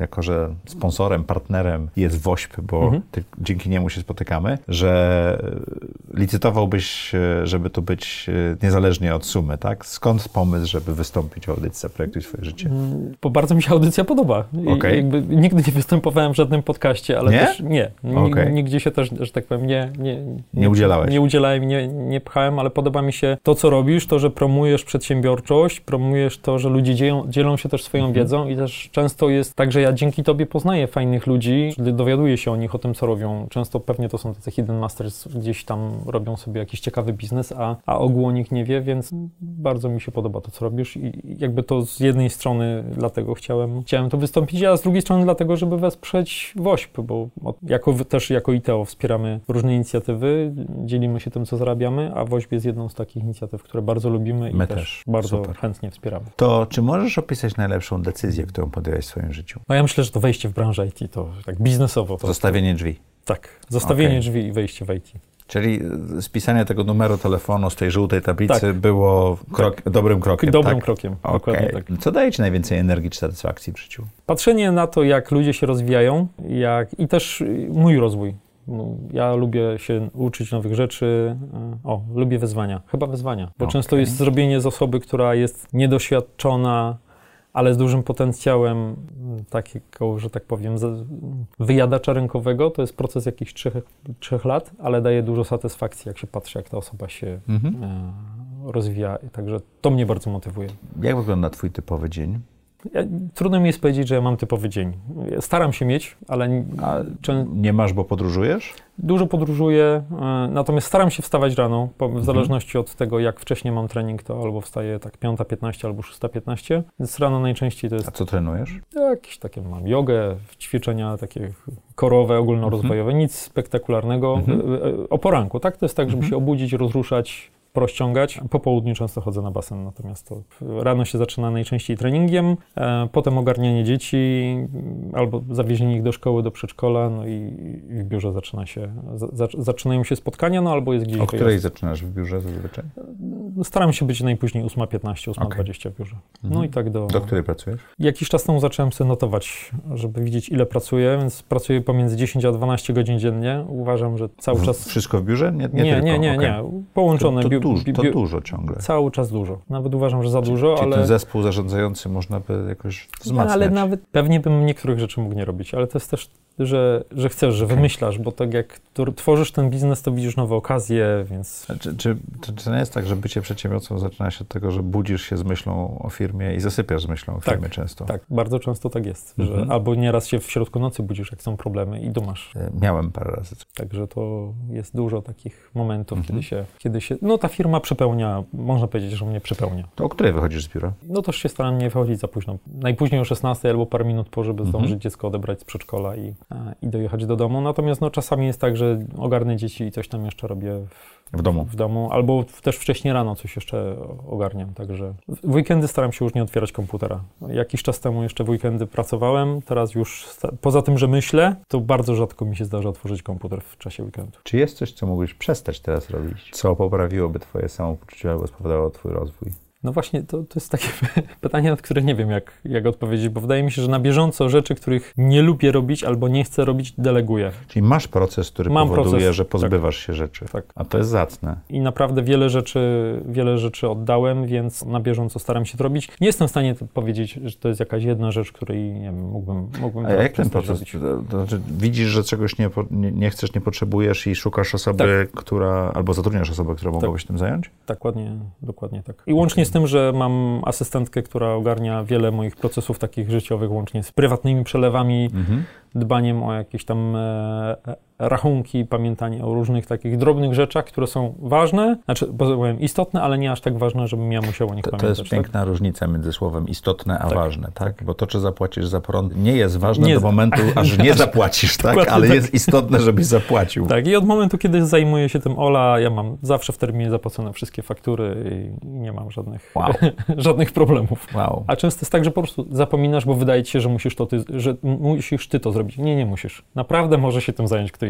jako że sponsorem, partnerem jest Wośp, bo
mhm.
ty, dzięki niemu się spotykamy, że licytowałbyś, żeby to być niezależnie od sumy, tak? Skąd pomysł, żeby wystąpić w audycji Zaprojektuj swoje życie?
Bo bardzo mi się audycja podoba.
Okay.
Jakby nigdy nie występowałem w żadnym podcaście, ale
nie?
też nie.
Okay.
Nigdzie się też, że tak powiem, nie, nie, nie,
nie udzielałeś.
Nie udzielałem, nie, nie pchałem, ale podoba mi się to, co robisz, to, że promujesz przedsiębiorczość, promujesz to, że ludzie dzielą, dzielą się też swoją mhm. wiedzą i też często jest tak, że ja dzięki tobie poznaję fajnych ludzi, dowiaduję się o nich, o tym, co robią. Często pewnie to są tacy hidden masters, gdzieś tam robią sobie jakiś ciekawy biznes, a, a ogół o nich nie wie, więc bardzo mi się podoba to, co robisz i jakby to z jednej strony dlatego chciałem, chciałem to wystąpić, a z drugiej strony dlatego, żeby wesprzeć Wośp, bo jako, też jako I T O wspieramy różne inicjatywy, dzielimy się tym, co zarabiamy, a Wośp jest jedną z takich inicjatyw, które bardzo lubimy i
My
też,
też
bardzo
Super.
chętnie wspieramy.
To czy możesz opisać najlepszą decyzję, którą podjąłeś w swoim życiu?
No ja myślę, że to wejście w branżę I T, to tak biznesowo. To,
Zostawienie drzwi.
Tak, zostawienie
okay.
drzwi i wejście w I T.
Czyli spisanie tego numeru telefonu z tej żółtej tablicy
tak.
było krok, tak. dobrym krokiem.
Dobrym
tak?
krokiem,
okay.
dokładnie tak.
Co daje ci najwięcej energii czy satysfakcji w życiu?
Patrzenie na to, jak ludzie się rozwijają jak i też mój rozwój. Ja lubię się uczyć nowych rzeczy. O, lubię wyzwania. Chyba wyzwania, bo okay. często jest zrobienie z osoby, która jest niedoświadczona, ale z dużym potencjałem takiego, że tak powiem, wyjadacza rynkowego. To jest proces jakichś trzech, trzech lat, ale daje dużo satysfakcji, jak się patrzy, jak ta osoba się mhm. e, rozwija. Także to mnie bardzo motywuje. Jak
wygląda twój typowy dzień?
Ja, trudno mi jest powiedzieć, że ja mam typowy dzień. Staram się mieć, ale...
A czy... nie masz, bo podróżujesz?
Dużo podróżuję, y, natomiast staram się wstawać rano, po, w mhm. zależności od tego, jak wcześnie mam trening, to albo wstaję tak piąta piętnaście albo szósta piętnaście, więc rano najczęściej to jest...
A co trenujesz?
Jakieś takie mam jogę, ćwiczenia takie korowe, ogólnorozwojowe, mhm. nic spektakularnego. Mhm. Y, y, o poranku, tak? To jest tak, żeby mhm. się obudzić, rozruszać, porozciągać. Po południu często chodzę na basen, natomiast to rano się zaczyna najczęściej treningiem, e, potem ogarnianie dzieci, albo zawiezienie ich do szkoły, do przedszkola, no i, i w biurze zaczyna się, za, zaczynają się spotkania, no albo jest gdzieś...
O której wyjazd. Zaczynasz w biurze zazwyczaj? Staram się być najpóźniej ósma piętnaście, ósma dwadzieścia okay. w biurze. Mhm.
No i tak do...
Do której pracujesz?
Jakiś czas temu zacząłem sobie notować, żeby widzieć, ile pracuję, więc pracuję pomiędzy dziesięć a dwanaście godzin dziennie. Uważam, że cały
w,
czas...
Wszystko w biurze? Nie, nie,
nie,
tylko.
nie, nie,
okay.
nie. Połączone.
To, to,
Bi-
dużo,
bi-
to dużo ciągle.
Cały czas dużo. Nawet uważam, że za dużo,
Czyli
ale...
ten zespół zarządzający można by jakoś wzmacniać.
No, ale nawet pewnie bym niektórych rzeczy mógł nie robić, ale to jest też, że, że chcesz, że okay. wymyślasz, bo tak jak tworzysz ten biznes, to widzisz nowe okazje, więc...
Czy, czy, czy, czy nie jest tak, że bycie przedsiębiorcą zaczyna się od tego, że budzisz się z myślą o firmie i zasypiasz z myślą o firmie
tak,
często? Tak,
bardzo często tak jest, mm-hmm. że albo nieraz się w środku nocy budzisz, jak są problemy i dumasz.
Miałem parę razy.
Także to jest dużo takich momentów, mm-hmm. kiedy się, kiedy się... No ta firma przepełnia, można powiedzieć, że mnie przepełnia.
To o której wychodzisz z biura?
No też się staram nie wychodzić za późno. Najpóźniej o szesnastej albo parę minut po, żeby zdążyć mm-hmm. dziecko odebrać z przedszkola i, i dojechać do domu. Natomiast no, czasami jest tak, że ogarnę dzieci i coś tam jeszcze robię w,
w domu.
W domu, albo też wcześniej rano coś jeszcze ogarniam. Także w weekendy staram się już nie otwierać komputera. Jakiś czas temu jeszcze w weekendy pracowałem, teraz już poza tym, że myślę, to bardzo rzadko mi się zdarza otworzyć komputer w czasie weekendu.
Czy jest coś, co mógłbyś przestać teraz robić? Co poprawiłoby twoje samopoczucie albo spowodowało twój rozwój?
No właśnie, to, to jest takie pytanie, na które nie wiem, jak, jak odpowiedzieć, bo wydaje mi się, że na bieżąco rzeczy, których nie lubię robić albo nie chcę robić, deleguję.
Czyli masz proces, który Mam powoduje, proces, że pozbywasz tak, się rzeczy.
Tak.
A to jest zacne.
I naprawdę wiele rzeczy, wiele rzeczy oddałem, więc na bieżąco staram się to robić. Nie jestem w stanie powiedzieć, że to jest jakaś jedna rzecz, której nie wiem, mógłbym, mógłbym
A jak ten proces? Robić. To znaczy, widzisz, że czegoś nie, nie, nie chcesz, nie potrzebujesz i szukasz osoby, tak. która, albo zatrudniasz osobę, która mogłaby się
tak.
tym zająć?
Tak, dokładnie, dokładnie tak. I łącznie z tym, że mam asystentkę, która ogarnia wiele moich procesów takich życiowych, łącznie z prywatnymi przelewami, mhm. dbaniem o jakieś tam e, rachunki, pamiętanie o różnych takich drobnych rzeczach, które są ważne, znaczy, powiem, istotne, ale nie aż tak ważne, żebym ja musiał o nich
to,
pamiętać.
To jest piękna
tak?
różnica między słowem istotne a
tak,
ważne, tak?
tak?
Bo to, czy zapłacisz za prąd, nie jest ważne
nie
do
z...
momentu, aż nie zapłacisz, tak? Ale tak. jest istotne, żebyś zapłacił.
Tak, i od momentu, kiedy zajmuje się tym Ola, ja mam zawsze w terminie zapłacone wszystkie faktury i nie mam żadnych,
wow.
żadnych problemów.
Wow.
A często jest tak, że po prostu zapominasz, bo wydaje ci się, że musisz to ty, że musisz ty to zrobić. Nie, nie musisz. Naprawdę może się tym zająć kto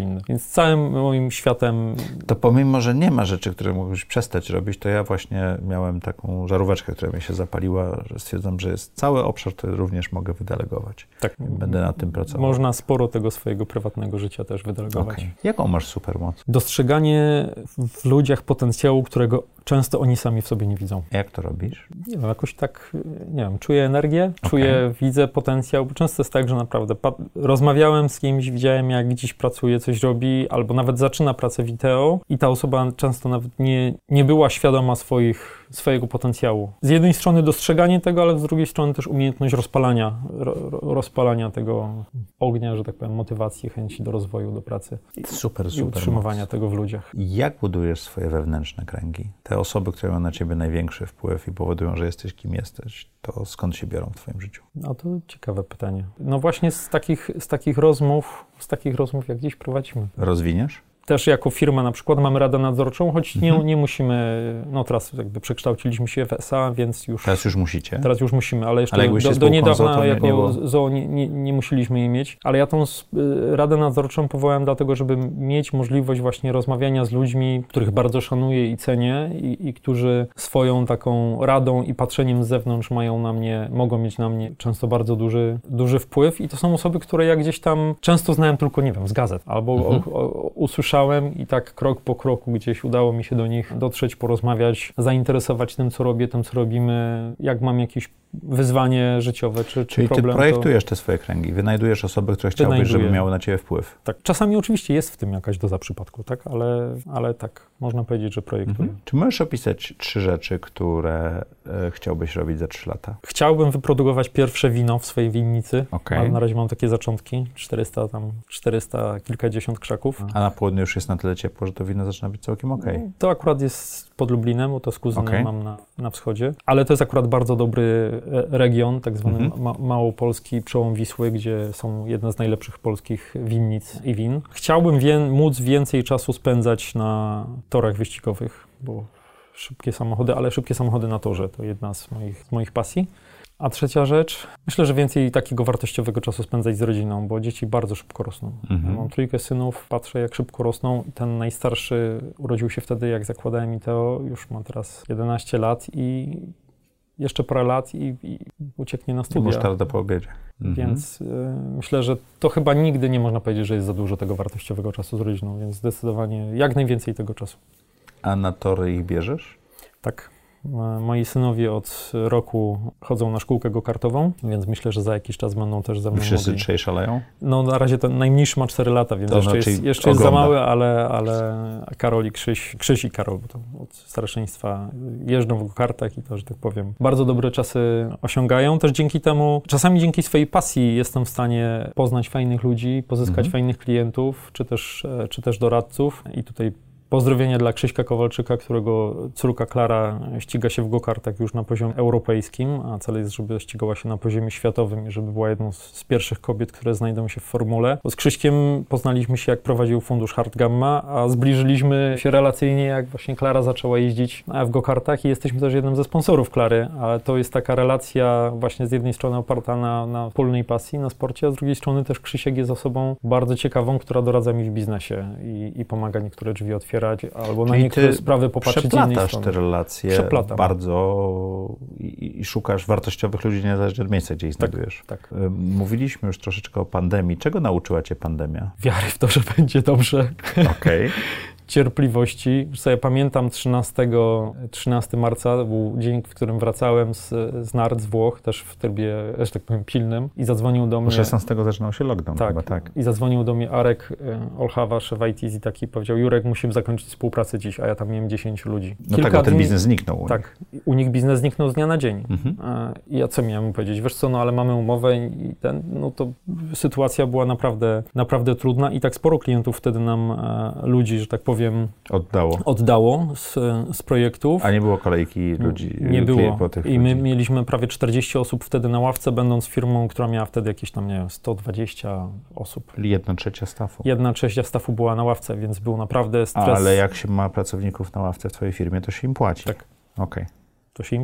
inny. Więc całym moim światem...
To pomimo, że nie ma rzeczy, które mógłbyś przestać robić, to ja właśnie miałem taką żaróweczkę, która mi się zapaliła, że stwierdzam, że jest cały obszar, który również mogę wydelegować.
Tak.
Będę nad tym pracował.
Można sporo tego swojego prywatnego życia też wydelegować.
Okay. Jaką masz supermoc?
Dostrzeganie w ludziach potencjału, którego często oni sami w sobie nie widzą.
Jak to robisz?
Nie wiem, jakoś tak, nie wiem, czuję energię, okay. czuję, widzę potencjał. Często jest tak, że naprawdę rozmawiałem z kimś, widziałem jak gdzieś pracuje, coś robi, albo nawet zaczyna pracę wideo i ta osoba często nawet nie, nie była świadoma swoich, swojego potencjału. Z jednej strony dostrzeganie tego, ale z drugiej strony też umiejętność rozpalania, ro, rozpalania tego ognia, że tak powiem, motywacji, chęci do rozwoju, do pracy.
Super,
i
super.
utrzymywania moc. Tego w ludziach.
Jak budujesz swoje wewnętrzne kręgi? Te osoby, które mają na ciebie największy wpływ i powodują, że jesteś kim jesteś, to skąd się biorą w twoim życiu?
No to ciekawe pytanie. No właśnie z takich, z takich rozmów, z takich rozmów jak dziś prowadzimy.
Rozwiniesz?
Też jako firma na przykład mamy radę nadzorczą, choć nie,
mhm.
nie musimy, no teraz jakby przekształciliśmy się w S A, więc już...
Teraz już musicie?
Teraz już musimy, ale jeszcze
ale
do, do niedawna
nie,
jako
nie, było...
Z O nie, nie, nie musieliśmy jej mieć, ale ja tą radę nadzorczą powołałem dlatego, żeby mieć możliwość właśnie rozmawiania z ludźmi, których bardzo szanuję i cenię i, i którzy swoją taką radą i patrzeniem z zewnątrz mają na mnie, mogą mieć na mnie często bardzo duży, duży wpływ i to są osoby, które ja gdzieś tam często znałem tylko, nie wiem, z gazet albo mhm. o, o, usłyszałem i tak krok po kroku gdzieś udało mi się do nich dotrzeć, porozmawiać, zainteresować tym, co robię, tym, co robimy, jak mam jakieś wyzwanie życiowe, czy, czy
Czyli
problem.
Czyli ty projektujesz to... te swoje kręgi, wynajdujesz osoby, które chciałbyś, Wynajduję. żeby miały na ciebie wpływ.
Tak, czasami oczywiście jest w tym jakaś doza przypadku, tak, ale, ale tak, można powiedzieć, że projektuję.
Mhm. Czy możesz opisać trzy rzeczy, które e, chciałbyś robić za trzy lata?
Chciałbym wyprodukować pierwsze wino w swojej winnicy.
Okay.
Na razie mam takie zaczątki, czterysta tam, czterysta kilkadziesiąt krzaków.
A na południu już jest na tyle ciepło, że to wino zaczyna być całkiem okej. Okay.
To akurat jest pod Lublinem, bo to z kuzynem
okay.
mam na, na wschodzie, ale to jest akurat bardzo dobry region, tak zwany mm-hmm. ma, małopolski przełom Wisły, gdzie są jedne z najlepszych polskich winnic i win. Chciałbym wie, móc więcej czasu spędzać na torach wyścigowych, bo szybkie samochody, ale szybkie samochody na torze to jedna z moich, z moich pasji. A trzecia rzecz, myślę, że więcej takiego wartościowego czasu spędzać z rodziną, bo dzieci bardzo szybko rosną. Mhm. Mam trójkę synów, patrzę jak szybko rosną. Ten najstarszy urodził się wtedy, jak zakładałem Iteo, już ma teraz jedenaście lat i jeszcze parę lat i, i ucieknie na studia.
Musztarda po obiedzie. Mhm.
Więc y, myślę, że to chyba nigdy nie można powiedzieć, że jest za dużo tego wartościowego czasu z rodziną, więc zdecydowanie jak najwięcej tego czasu.
A na tory ich bierzesz?
Tak. Moi synowie od roku chodzą na szkółkę go-kartową, więc myślę, że za jakiś czas będą też ze mną
Wszyscy
mogli.
trzej szaleją?
No na razie ten najmniejszy ma cztery lata, więc to jeszcze, znaczy jest, jeszcze jest za mały, ale, ale Karol i Krzyś, Krzyś i Karol, bo to od starszeństwa jeżdżą w go-kartach i to, że tak powiem, bardzo dobre czasy osiągają. Też dzięki temu, czasami dzięki swojej pasji jestem w stanie poznać fajnych ludzi, pozyskać mhm. fajnych klientów, czy też, czy też doradców i tutaj pozdrowienia dla Krzyśka Kowalczyka, którego córka Klara ściga się w go-kartach już na poziomie europejskim, a cel jest, żeby ścigała się na poziomie światowym i żeby była jedną z pierwszych kobiet, które znajdą się w formule. Bo z Krzyśkiem poznaliśmy się, jak prowadził fundusz Hard Gamma, a zbliżyliśmy się relacyjnie, jak właśnie Klara zaczęła jeździć w go-kartach i jesteśmy też jednym ze sponsorów Klary, ale to jest taka relacja właśnie z jednej strony oparta na, na wspólnej pasji, na sporcie, a z drugiej strony też Krzysiek jest osobą bardzo ciekawą, która doradza mi w biznesie i, i pomaga niektóre drzwi otwierać. Albo na niektóre sprawy popatrzeć z innej strony.
Przeplatasz te relacje
Przeplatam.
bardzo i, i szukasz wartościowych ludzi niezależnie od miejsca, gdzie ich znajdujesz.
Tak, tak.
Mówiliśmy już troszeczkę o pandemii. Czego nauczyła cię pandemia?
Wiary w to, że będzie dobrze.
Okej. Okay.
Cierpliwości. Już sobie pamiętam trzynastego marca, był dzień, w którym wracałem z, z nart z Włoch, też w trybie, że tak powiem, pilnym i zadzwonił do mnie...
szesnastego zaczynał się lockdown
tak,
chyba, tak.
I zadzwonił do mnie Arek Olchawa, szef I T, i taki powiedział: Jurek, musimy zakończyć współpracę dziś, a ja tam miałem dziesięciu ludzi.
No Kilka tak, bo ten dni... biznes zniknął. U
tak, nich. U nich biznes zniknął z dnia na dzień. Mhm. I ja co miałem mu powiedzieć? Wiesz co, no ale mamy umowę i ten, no to sytuacja była naprawdę, naprawdę trudna i tak sporo klientów wtedy nam, ludzi, że tak powiem,
Oddało.
Oddało z, z projektów.
A nie było kolejki ludzi?
Nie było.
Po tych
I my
ludzi.
mieliśmy prawie czterdzieści osób wtedy na ławce, będąc firmą, która miała wtedy jakieś tam, nie wiem, sto dwadzieścia osób.
Jedna trzecia stafu.
Jedna trzecia stafu była na ławce, więc był naprawdę stres.
Ale jak się ma pracowników na ławce w twojej firmie, to się im płaci.
Tak.
Okej. Okay.
To się im płaci.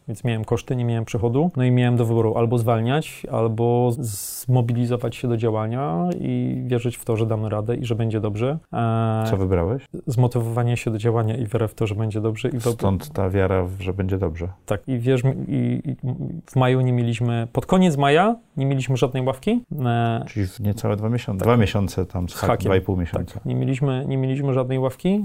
więc miałem koszty, nie miałem przychodu, no i miałem do wyboru albo zwalniać, albo zmobilizować się do działania i wierzyć w to, że damy radę i że będzie dobrze.
E, Co wybrałeś?
Zmotywowanie się do działania i wiarę w to, że będzie dobrze. I
Stąd ta wiara, że będzie dobrze.
Tak, i wierz mi, i, i w maju nie mieliśmy, pod koniec maja nie mieliśmy żadnej ławki. E,
Czyli w niecałe dwa miesiące, tak. dwa miesiące tam z, z hakiem, dwa i pół miesiąca.
Tak, nie mieliśmy, nie mieliśmy żadnej ławki,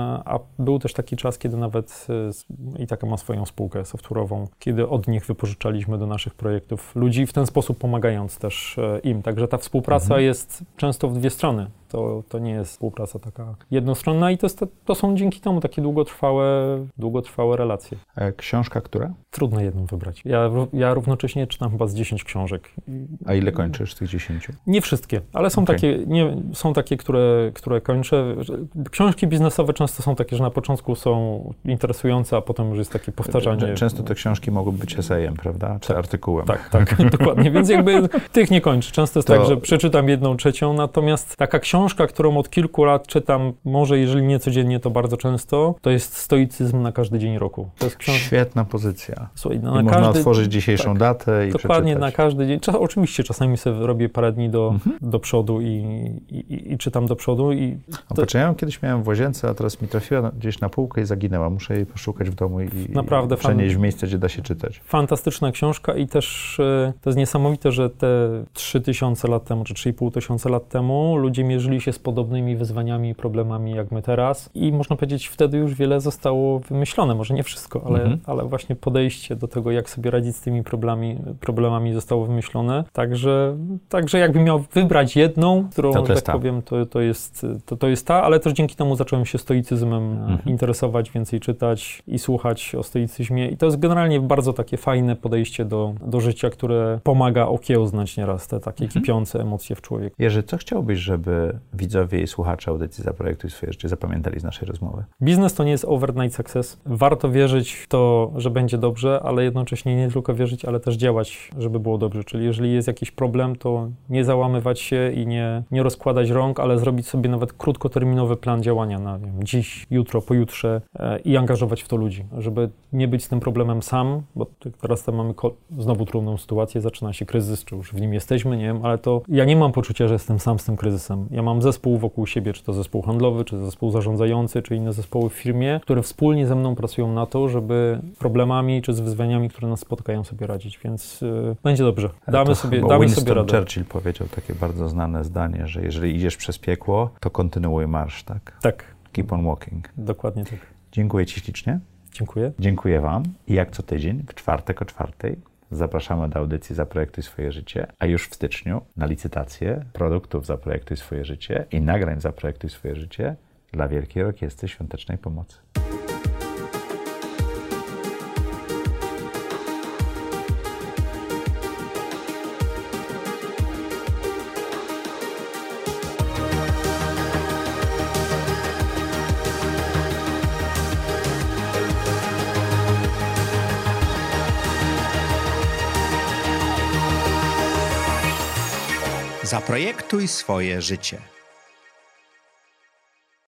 a był też taki czas, kiedy nawet i taka ma swoją spółkę software'ową, kiedy od nich wypożyczaliśmy do naszych projektów ludzi, w ten sposób pomagając też im. Także ta współpraca mhm. jest często w dwie strony. To, to nie jest współpraca taka jednostronna i to, jest, to są dzięki temu takie długotrwałe, długotrwałe relacje.
A książka która?
Trudno jedną wybrać. Ja, ja równocześnie czytam chyba z dziesięć książek.
A ile kończysz z tych dziesięciu?
Nie wszystkie, ale są okay. takie, nie, są takie które, które kończę. Książki biznesowe często są takie, że na początku są interesujące, a potem już jest takie powtarzanie.
Często te książki mogą być esejem, prawda? Czy tak, artykułem.
Tak, tak, dokładnie. Więc jakby tych nie kończę. Często jest to... tak, że przeczytam jedną trzecią, natomiast taka książka, Książka, którą od kilku lat czytam, może jeżeli nie codziennie, to bardzo często, to jest Stoicyzm na każdy dzień roku. To jest książ...
Świetna pozycja.
Słuchaj, no
I
na
można
każdy...
otworzyć dzisiejszą tak, datę i
dokładnie
przeczytać.
Na każdy dzień. Czas, oczywiście czasami sobie robię parę dni do, mhm. do przodu i, i, i czytam do przodu. I
to... Patrzę, ja ją kiedyś miałem w łazience, a teraz mi trafiła gdzieś na półkę i zaginęła. Muszę jej poszukać w domu i,
Naprawdę,
i przenieść
fan...
w miejsce, gdzie da się czytać.
Fantastyczna książka i też e, to jest niesamowite, że te trzy tysiące lat temu, czy trzy i pół tysiąca lat temu ludzie mierzyli się z podobnymi wyzwaniami i problemami jak my teraz i można powiedzieć, wtedy już wiele zostało wymyślone, może nie wszystko, ale, mhm. ale właśnie podejście do tego, jak sobie radzić z tymi problemami, problemami zostało wymyślone, także, także jakbym miał wybrać jedną, którą,
to
że tak ta. powiem, to, to, jest, to, to jest ta, ale też dzięki temu zacząłem się stoicyzmem mhm. interesować, więcej czytać i słuchać o stoicyzmie i to jest generalnie bardzo takie fajne podejście do, do życia, które pomaga okiełznać nieraz te takie mhm. kipiące emocje w człowieku.
Jerzy, co chciałbyś, żeby widzowie i słuchacze audycji Zaprojektuj swoje życie zapamiętali z naszej rozmowy?
Biznes to nie jest overnight success. Warto wierzyć w to, że będzie dobrze, ale jednocześnie nie tylko wierzyć, ale też działać, żeby było dobrze. Czyli jeżeli jest jakiś problem, to nie załamywać się i nie, nie rozkładać rąk, ale zrobić sobie nawet krótkoterminowy plan działania na wiem, dziś, jutro, pojutrze e, i angażować w to ludzi, żeby nie być z tym problemem sam, bo teraz tam mamy ko- znowu trudną sytuację, zaczyna się kryzys, czy już w nim jesteśmy, nie wiem, ale to ja nie mam poczucia, że jestem sam z tym kryzysem. Ja mam zespół wokół siebie, czy to zespół handlowy, czy zespół zarządzający, czy inne zespoły w firmie, które wspólnie ze mną pracują na to, żeby problemami, czy z wyzwaniami, które nas spotkają, sobie radzić, więc yy, będzie dobrze. Damy sobie, damy
Winston
sobie radę.
Churchill powiedział takie bardzo znane zdanie, że jeżeli idziesz przez piekło, to kontynuuj marsz, tak?
Tak.
Keep on walking.
Dokładnie tak.
Dziękuję Ci ślicznie.
Dziękuję.
Dziękuję Wam i jak co tydzień, w czwartek o czwartej, zapraszamy do audycji Zaprojektuj swoje życie, a już w styczniu na licytację produktów Zaprojektuj swoje życie i nagrań Zaprojektuj swoje życie dla Wielkiej Orkiestry Świątecznej Pomocy.
Zaprojektuj swoje życie.